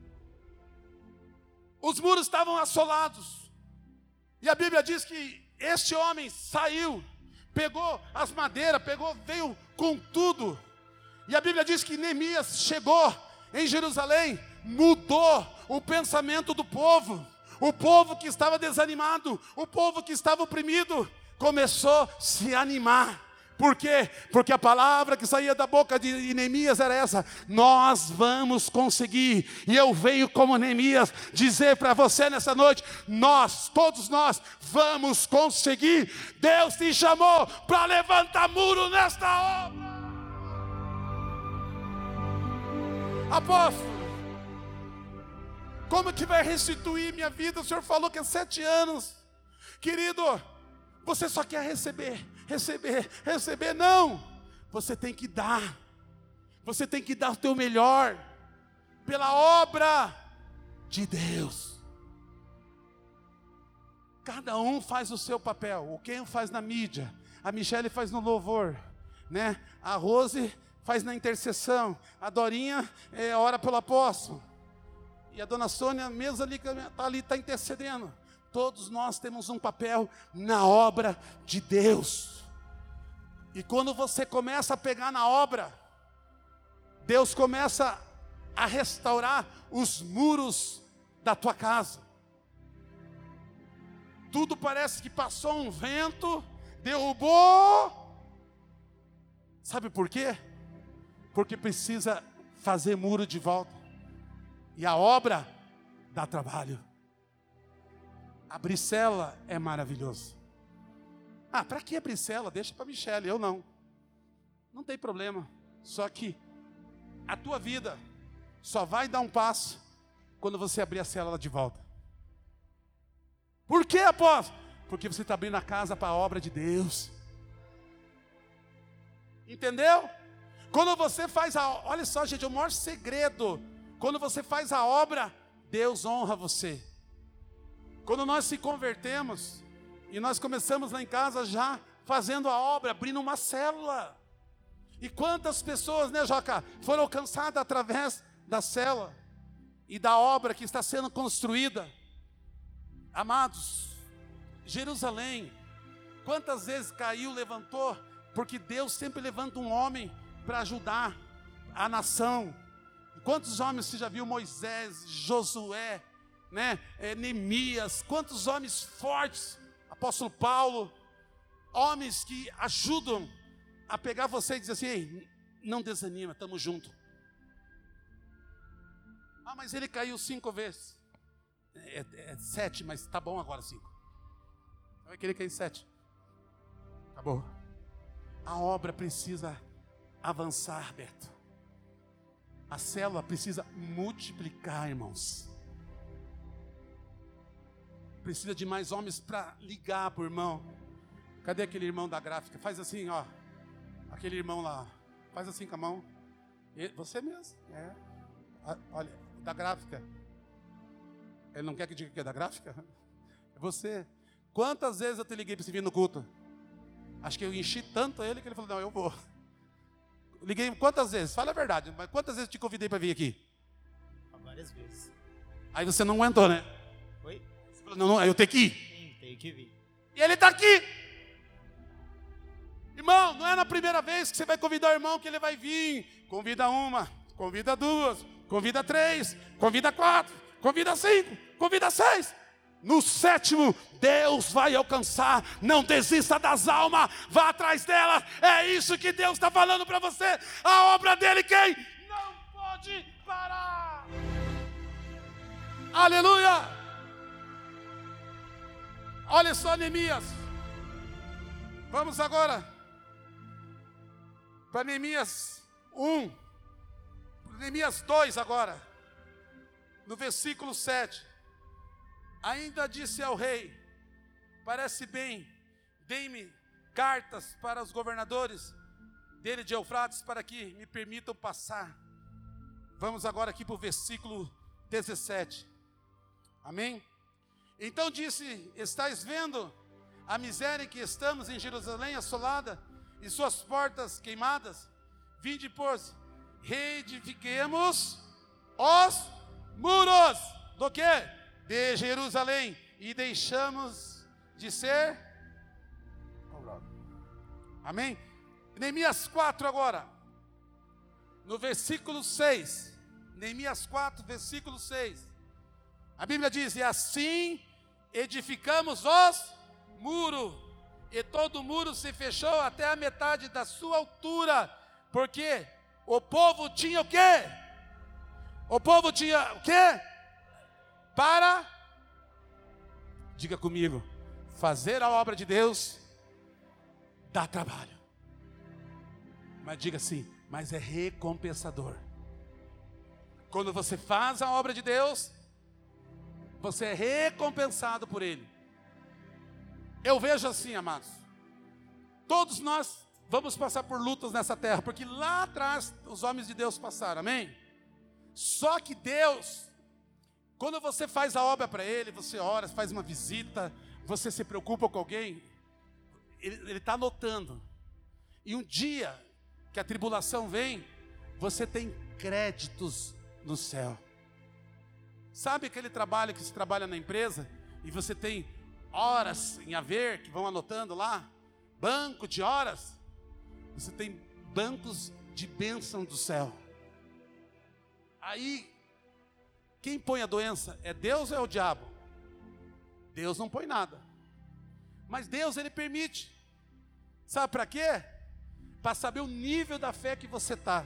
A: Os muros estavam assolados. E a Bíblia diz que este homem saiu, pegou as madeiras, veio com tudo. E a Bíblia diz que Neemias chegou em Jerusalém, mudou o pensamento do povo. O povo que estava desanimado, o povo que estava oprimido, começou a se animar. Por quê? Porque a palavra que saía da boca de Neemias era essa: nós vamos conseguir. E eu venho como Neemias dizer para você nessa noite: todos nós vamos conseguir. Deus te chamou para levantar muro nesta obra. Apóstolo, como que vai restituir minha vida? O Senhor falou que é 7 anos. Querido, você só quer receber. Não, você tem que dar. Você tem que dar o teu melhor pela obra de Deus. Cada um faz o seu papel. O Ken faz na mídia, a Michele faz no louvor, né? A Rose faz na intercessão, a Dorinha ora pelo apóstolo, e a dona Sônia mesmo está intercedendo. Todos nós temos um papel na obra de Deus. E quando você começa a pegar na obra, Deus começa a restaurar os muros da tua casa. Tudo parece que passou um vento, derrubou. Sabe por quê? Porque precisa fazer muro de volta. E a obra dá trabalho. Abrir cela é maravilhoso. Para que abrir cela? Deixa para Michele, eu não. Não tem problema. Só que a tua vida só vai dar um passo quando você abrir a cela de volta. Por quê, apóstolo? Porque você está abrindo a casa para a obra de Deus. Entendeu? Quando você faz olha só, gente, o maior segredo, quando você faz a obra, Deus honra você. Quando nós se convertemos, e nós começamos lá em casa já fazendo a obra, abrindo uma célula. E quantas pessoas, né, Joca, foram alcançadas através da célula e da obra que está sendo construída. Amados, Jerusalém, quantas vezes caiu, levantou, porque Deus sempre levanta um homem para ajudar a nação. Quantos homens você já viu? Moisés, Josué, né? Neemias, quantos homens fortes, apóstolo Paulo, homens que ajudam a pegar você e dizer assim: ei, não desanima, estamos juntos. Mas ele caiu 5 vezes. 7, mas tá bom agora 5. Vai querer cair 7. Acabou. A obra precisa avançar, Beto. A célula precisa multiplicar, irmãos. Precisa de mais homens para ligar para o irmão. Cadê aquele irmão da gráfica? Faz assim, ó. Aquele irmão lá. Faz assim com a mão. Você mesmo. Olha, da gráfica. Ele não quer que diga que é da gráfica? É você. Quantas vezes eu te liguei para você vir no culto? Acho que eu enchi tanto ele que ele falou, não, eu vou. Liguei quantas vezes? Fala a verdade, mas quantas vezes eu te convidei para vir aqui?
B: Várias vezes.
A: Aí você não aguentou, né?
B: Oi?
A: Você falou, não, eu tenho que ir.
B: Sim, tenho que vir.
A: E ele está aqui. Irmão, não é na primeira vez que você vai convidar o irmão que ele vai vir. Convida uma, convida duas, convida três, convida quatro, convida cinco, convida seis. No sétimo, Deus vai alcançar. Não desista das almas, vá atrás delas. É isso que Deus está falando para você. A obra dele, quem? Não pode parar. Aleluia. Olha só Neemias. Vamos agora para Neemias 1. Neemias 2 agora. No versículo 7. Ainda disse ao rei, parece bem, dei-me cartas para os governadores dele de Eufrates, para que me permitam passar. Vamos agora aqui para o versículo 17. Amém? Então disse, estáis vendo a miséria em que estamos em Jerusalém assolada, e suas portas queimadas? Vinde, pois, reedifiquemos os muros do quê? De Jerusalém, e deixamos de ser. Amém? Neemias 4 agora, no versículo 6. Neemias 4, versículo 6. A Bíblia diz, e assim edificamos os muros, e todo o muro se fechou até a metade da sua altura, porque o povo tinha o quê? O povo tinha o quê? Para, diga comigo, fazer a obra de Deus dá trabalho. Mas diga assim, mas é recompensador. Quando você faz a obra de Deus, você é recompensado por Ele. Eu vejo assim, amados, todos nós vamos passar por lutas nessa terra, porque lá atrás os homens de Deus passaram, amém? Só que Deus, quando você faz a obra para Ele, você ora, faz uma visita, você se preocupa com alguém, Ele está anotando. E um dia que a tribulação vem, você tem créditos no céu. Sabe aquele trabalho que se trabalha na empresa, e você tem horas em haver, que vão anotando lá, banco de horas? Você tem bancos de bênção do céu. Aí, quem põe a doença? É Deus ou é o diabo? Deus não põe nada. Mas Deus, Ele permite. Sabe para quê? Para saber o nível da fé que você está.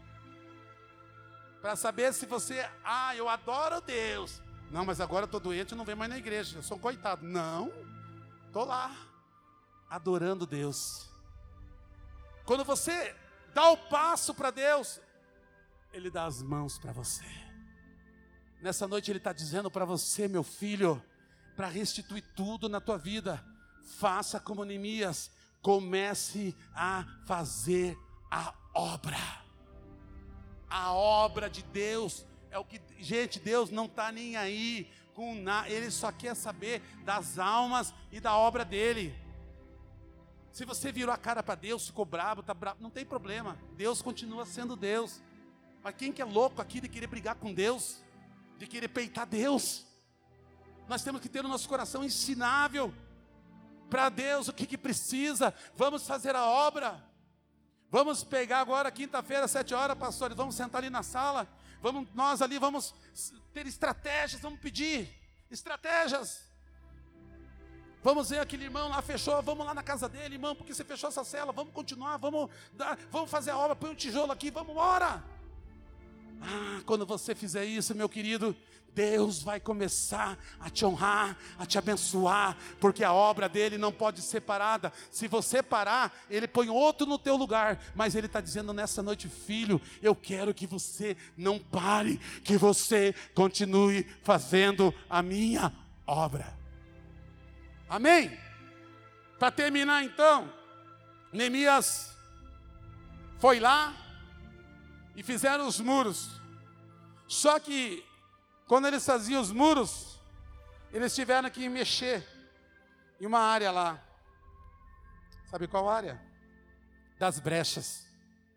A: Para saber se você, eu adoro Deus. Não, mas agora eu estou doente e não venho mais na igreja. Eu sou um coitado. Não, estou lá, adorando Deus. Quando você dá o passo para Deus, Ele dá as mãos para você. Nessa noite Ele está dizendo para você, meu filho, para restituir tudo na tua vida, faça como Neemias, comece a fazer a obra. A obra de Deus é o que, gente, Deus não está nem aí com nada, Ele só quer saber das almas e da obra dEle. Se você virou a cara para Deus, ficou bravo, está bravo, não tem problema, Deus continua sendo Deus. Mas quem que é louco aqui de querer brigar com Deus, de querer peitar Deus? Nós temos que ter o nosso coração ensinável para Deus, o que precisa. Vamos fazer a obra. Vamos pegar agora, quinta-feira, 7 horas, pastores, vamos sentar ali na sala, nós ali vamos ter estratégias, vamos pedir estratégias. Vamos ver aquele irmão lá, fechou, vamos lá na casa dele, irmão, porque você fechou essa cela, vamos continuar, vamos fazer a obra, põe um tijolo aqui, vamos embora. Quando você fizer isso, meu querido, Deus vai começar a te honrar, a te abençoar, porque a obra dele não pode ser parada. Se você parar, Ele põe outro no teu lugar, mas Ele está dizendo nessa noite, filho, eu quero que você não pare, que você continue fazendo a minha obra. Amém? Para terminar então, Neemias foi lá e fizeram os muros. Só que quando eles faziam os muros, eles tiveram que mexer em uma área lá. Sabe qual área? Das brechas.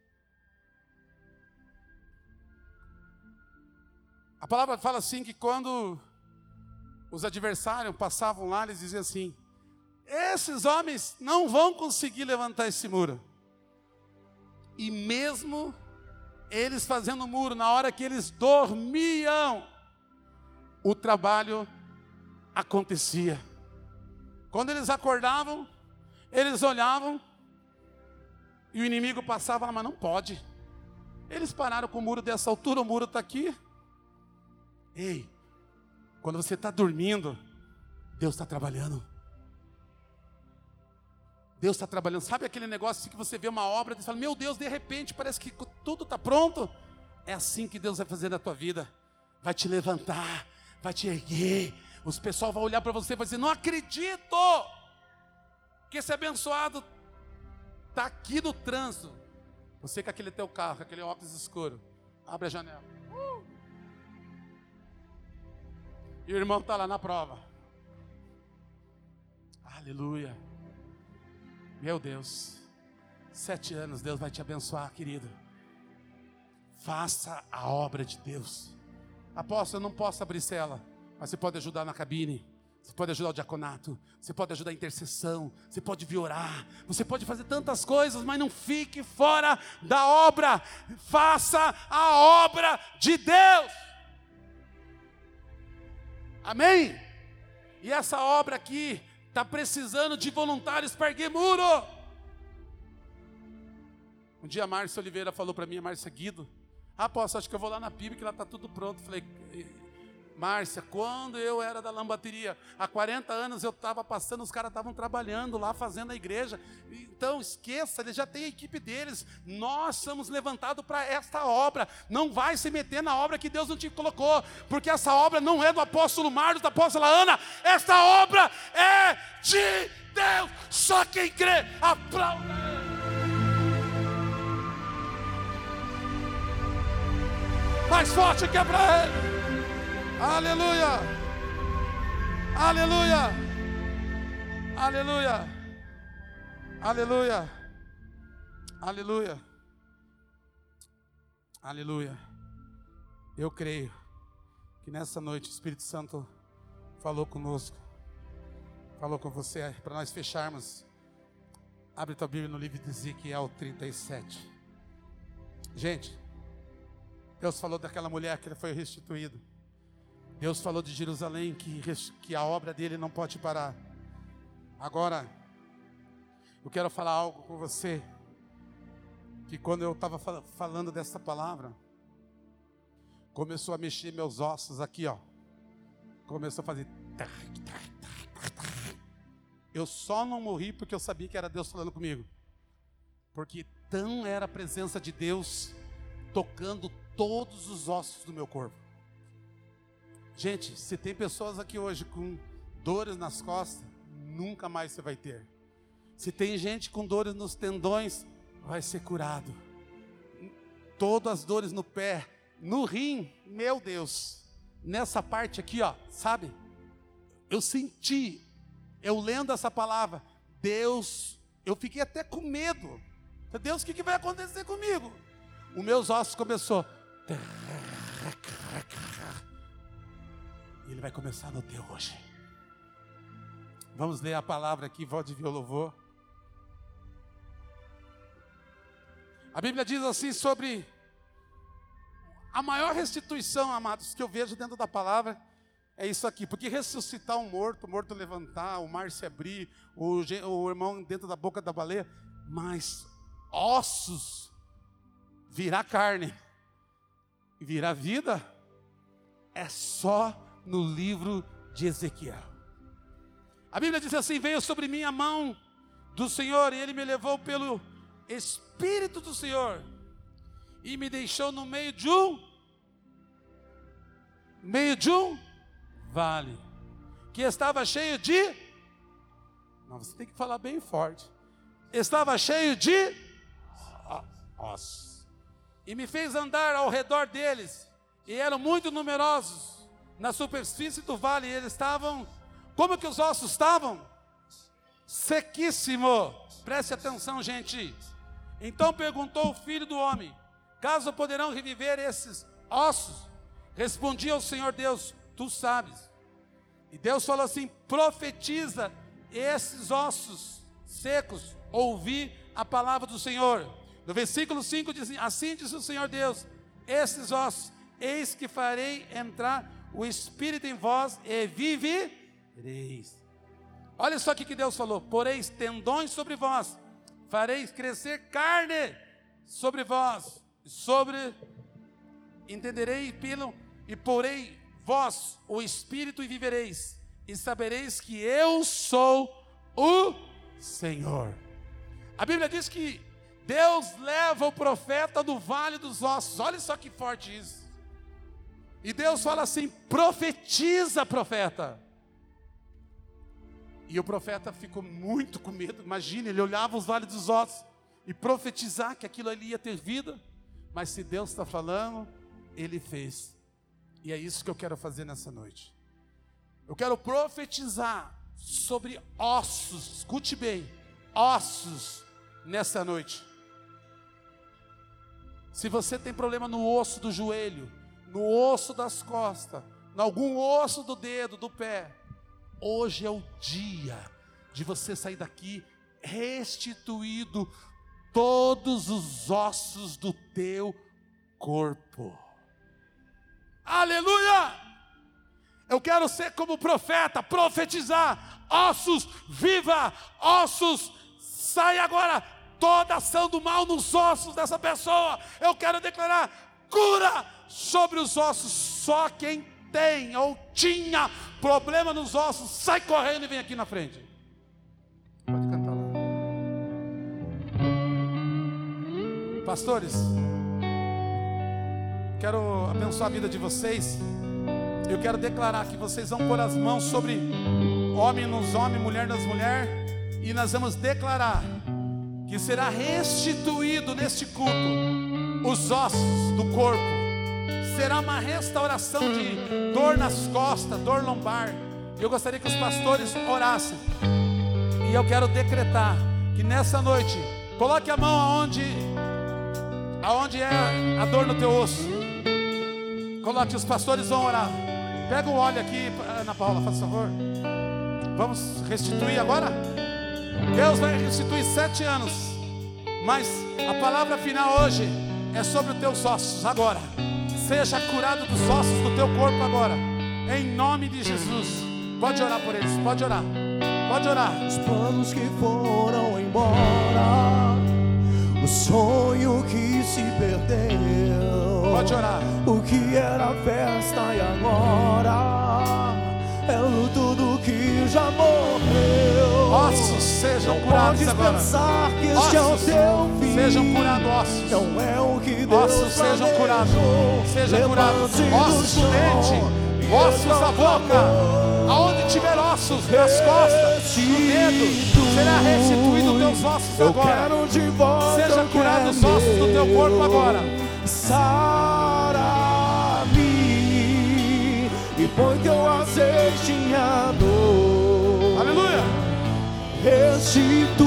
A: A palavra fala assim que quando os adversários passavam lá, eles diziam assim: esses homens não vão conseguir levantar esse muro. E mesmo eles fazendo o muro, na hora que eles dormiam, o trabalho acontecia. Quando eles acordavam, eles olhavam, e o inimigo passava, mas não pode. Eles pararam com o muro dessa altura, o muro está aqui. Ei, quando você está dormindo, Deus está trabalhando. Deus está trabalhando. Sabe aquele negócio assim que você vê uma obra e fala: meu Deus, de repente parece que tudo está pronto? É assim que Deus vai fazer na tua vida. Vai te levantar, vai te erguer. Os pessoal vai olhar para você e vai dizer: não acredito que esse abençoado está aqui no trânsito. Você com aquele teu carro, com aquele óculos escuro, abre a janela. E o irmão está lá na prova. Aleluia. Meu Deus. 7 anos, Deus vai te abençoar, querido. Faça a obra de Deus. Apóstolo, eu não posso abrir cela, mas você pode ajudar na cabine. Você pode ajudar o diaconato. Você pode ajudar a intercessão. Você pode vir orar. Você pode fazer tantas coisas, mas não fique fora da obra. Faça a obra de Deus. Amém? E essa obra aqui está precisando de voluntários para erguer muro. Um dia a Márcia Oliveira falou para mim, a Márcia Guido: apóstolo, acho que eu vou lá na PIB que lá está tudo pronto. Falei: Márcia, quando eu era da lambateria, há 40 anos eu estava passando, os caras estavam trabalhando lá, fazendo a igreja. Então esqueça, eles já têm a equipe deles. Nós somos levantados para esta obra. Não vai se meter na obra que Deus não te colocou, porque essa obra não é do apóstolo Marcos, da apóstola Ana. Esta obra é de Deus. Só quem crê, aplauda. Mais forte que é para Ele. Aleluia, aleluia, aleluia, aleluia, aleluia, aleluia. Eu creio que nessa noite o Espírito Santo falou conosco, falou com você, para nós fecharmos. Abre tua Bíblia no livro de Ezequiel 37. Gente, Deus falou daquela mulher que foi restituída. Deus falou de Jerusalém que a obra dele não pode parar. Agora, eu quero falar algo com você. Que quando eu estava falando dessa palavra, começou a mexer meus ossos aqui, ó. Começou a fazer. Eu só não morri porque eu sabia que era Deus falando comigo. Porque tão era a presença de Deus tocando todos os ossos do meu corpo. Gente, se tem pessoas aqui hoje com dores nas costas, nunca mais você vai ter. Se tem gente com dores nos tendões, vai ser curado. Todas as dores no pé, no rim, meu Deus. Nessa parte aqui, ó, sabe? Eu senti, eu lendo essa palavra, Deus, eu fiquei até com medo. Deus, o que vai acontecer comigo? Os meus ossos começou. Ele vai começar no teu hoje. Vamos ler a palavra aqui, voz de louvor. A Bíblia diz assim sobre a maior restituição, amados, que eu vejo dentro da palavra, é isso aqui. Porque ressuscitar um morto, o morto levantar, o mar se abrir, o irmão dentro da boca da baleia, mas ossos virar carne e virar vida, é só no livro de Ezequiel. A Bíblia diz assim: veio sobre mim a mão do Senhor, e Ele me levou pelo Espírito do Senhor, e me deixou no meio de um vale, que estava cheio de... Não, você tem que falar bem forte. Estava cheio de ossos. E me fez andar ao redor deles, e eram muito numerosos. Na superfície do vale eles estavam, como que os ossos estavam? sequíssimo. Preste atenção, gente. Então perguntou o filho do homem: caso poderão reviver esses ossos? Respondia o Senhor Deus: tu sabes. E Deus falou assim: profetiza esses ossos secos, ouvi a palavra do Senhor. No versículo 5 diz assim diz o Senhor Deus: esses ossos, eis que farei entrar o Espírito em vós e vivereis. Olha só o que Deus falou: poreis tendões sobre vós, fareis crescer carne sobre vós, entenderei e porei vós o Espírito e vivereis, e sabereis que eu sou o Senhor. A Bíblia diz que Deus leva o profeta no vale dos ossos. Olha só que forte isso. E Deus fala assim: profetiza, profeta. E o profeta ficou muito com medo. Imagina, ele olhava os vales dos ossos e profetizar que aquilo ali ia ter vida. Mas se Deus está falando, Ele fez. E é isso que eu quero fazer nessa noite. Eu quero profetizar sobre ossos. Escute bem, ossos nessa noite. Se você tem problema no osso do joelho, no osso das costas, em algum osso do dedo, do pé, hoje é o dia de você sair daqui restituído todos os ossos do teu corpo. Aleluia! Eu quero ser como profeta, profetizar: ossos, viva, ossos, sai agora toda ação do mal nos ossos dessa pessoa. Eu quero declarar cura sobre os ossos. Só quem tem ou tinha problema nos ossos, sai correndo e vem aqui na frente. Pode cantar lá. Pastores, quero abençoar a vida de vocês. Eu quero declarar que vocês vão pôr as mãos sobre homem nos homens, mulher nas mulheres, e nós vamos declarar que será restituído neste culto os ossos do corpo. Será uma restauração de dor nas costas, dor lombar. Eu gostaria que os pastores orassem. E eu quero decretar que nessa noite, coloque a mão aonde é a dor no teu osso. Coloque, os pastores vão orar. Pega o óleo aqui, Ana Paula, faz favor. Vamos restituir agora? Deus vai restituir 7 anos. Mas a palavra final hoje é sobre os teus ossos agora. Seja curado dos ossos do teu corpo agora, em nome de Jesus. Pode orar por eles, pode orar. Pode orar.
C: Os planos que foram embora, o sonho que se perdeu.
A: Pode orar.
C: O que era festa e agora é luto do que já morreu.
A: Ossos sejam curados agora.
C: Pensar que este é o teu fim.
A: Sejam curados ossos.
C: Não é o que Deus
A: ossos sejam curados. Sejam curados.
C: Levante
A: Ossos
C: do
A: do dente, ossos da boca, aonde tiver ossos nas costas, no dedo, será restituído os teus ossos
C: Eu
A: agora.
C: quero de volta.
A: Seja curado os ossos do teu corpo agora.
C: Sara-me e põe teu azeite em a dor.
A: Aleluia.
C: Restitui,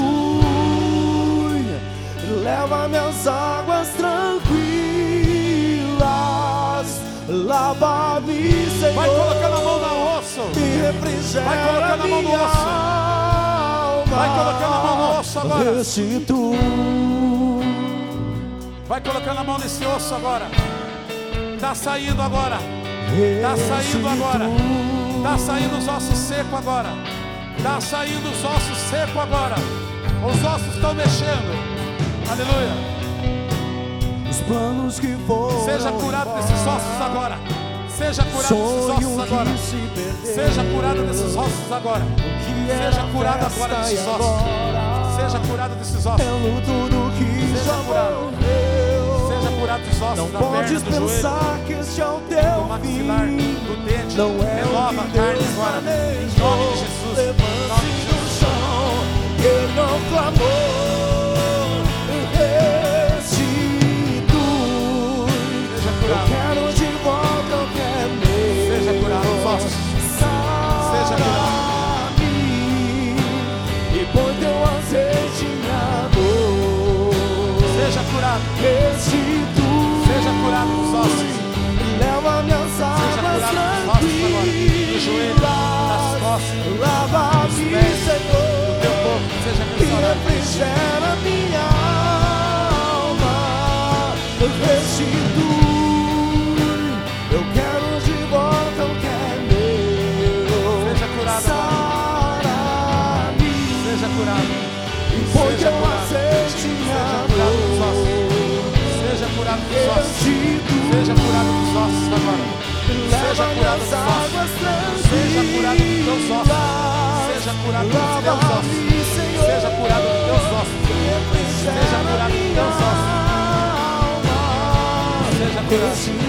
C: leva-me às águas tranquilas, lava-me, Senhor.
A: Vai colocando a mão no osso.
C: E refrigera.
A: Vai colocando a mão no osso.
C: Alma.
A: Vai colocando a mão no osso agora.
C: Restitui.
A: Vai colocando a mão nesse osso agora. Está saindo agora. Está saindo agora. Está saindo os ossos secos agora. Está saindo os ossos secos agora. Os ossos estão mexendo. Aleluia.
C: Os planos que foram.
A: Seja curado desses ossos agora. Seja curado desses ossos agora. Seja curado desses ossos agora. Seja curado agora desses ossos. Seja curado desses ossos.
C: É luto do que
A: Seja
C: já
A: curado.
C: morreu.
A: Seja curado dos ossos
C: Não
A: da perna,
C: podes
A: do joelho,
C: pensar que este é o
A: do
C: teu
A: maxilar,
C: fim.
A: do dente.
C: Não é
A: Renova
C: o
A: a
C: que
A: carne
C: Deus
A: agora.
C: planejou.
A: Em nome de Jesus. Em nome de
C: Levante
A: Jesus.
C: do chão. Ele não clamou.
A: Seja
C: Eu
A: curado.
C: quero de volta o que é meu.
A: Seja curado os ossos. Seja curado.
C: Sara-me e põe
A: graça.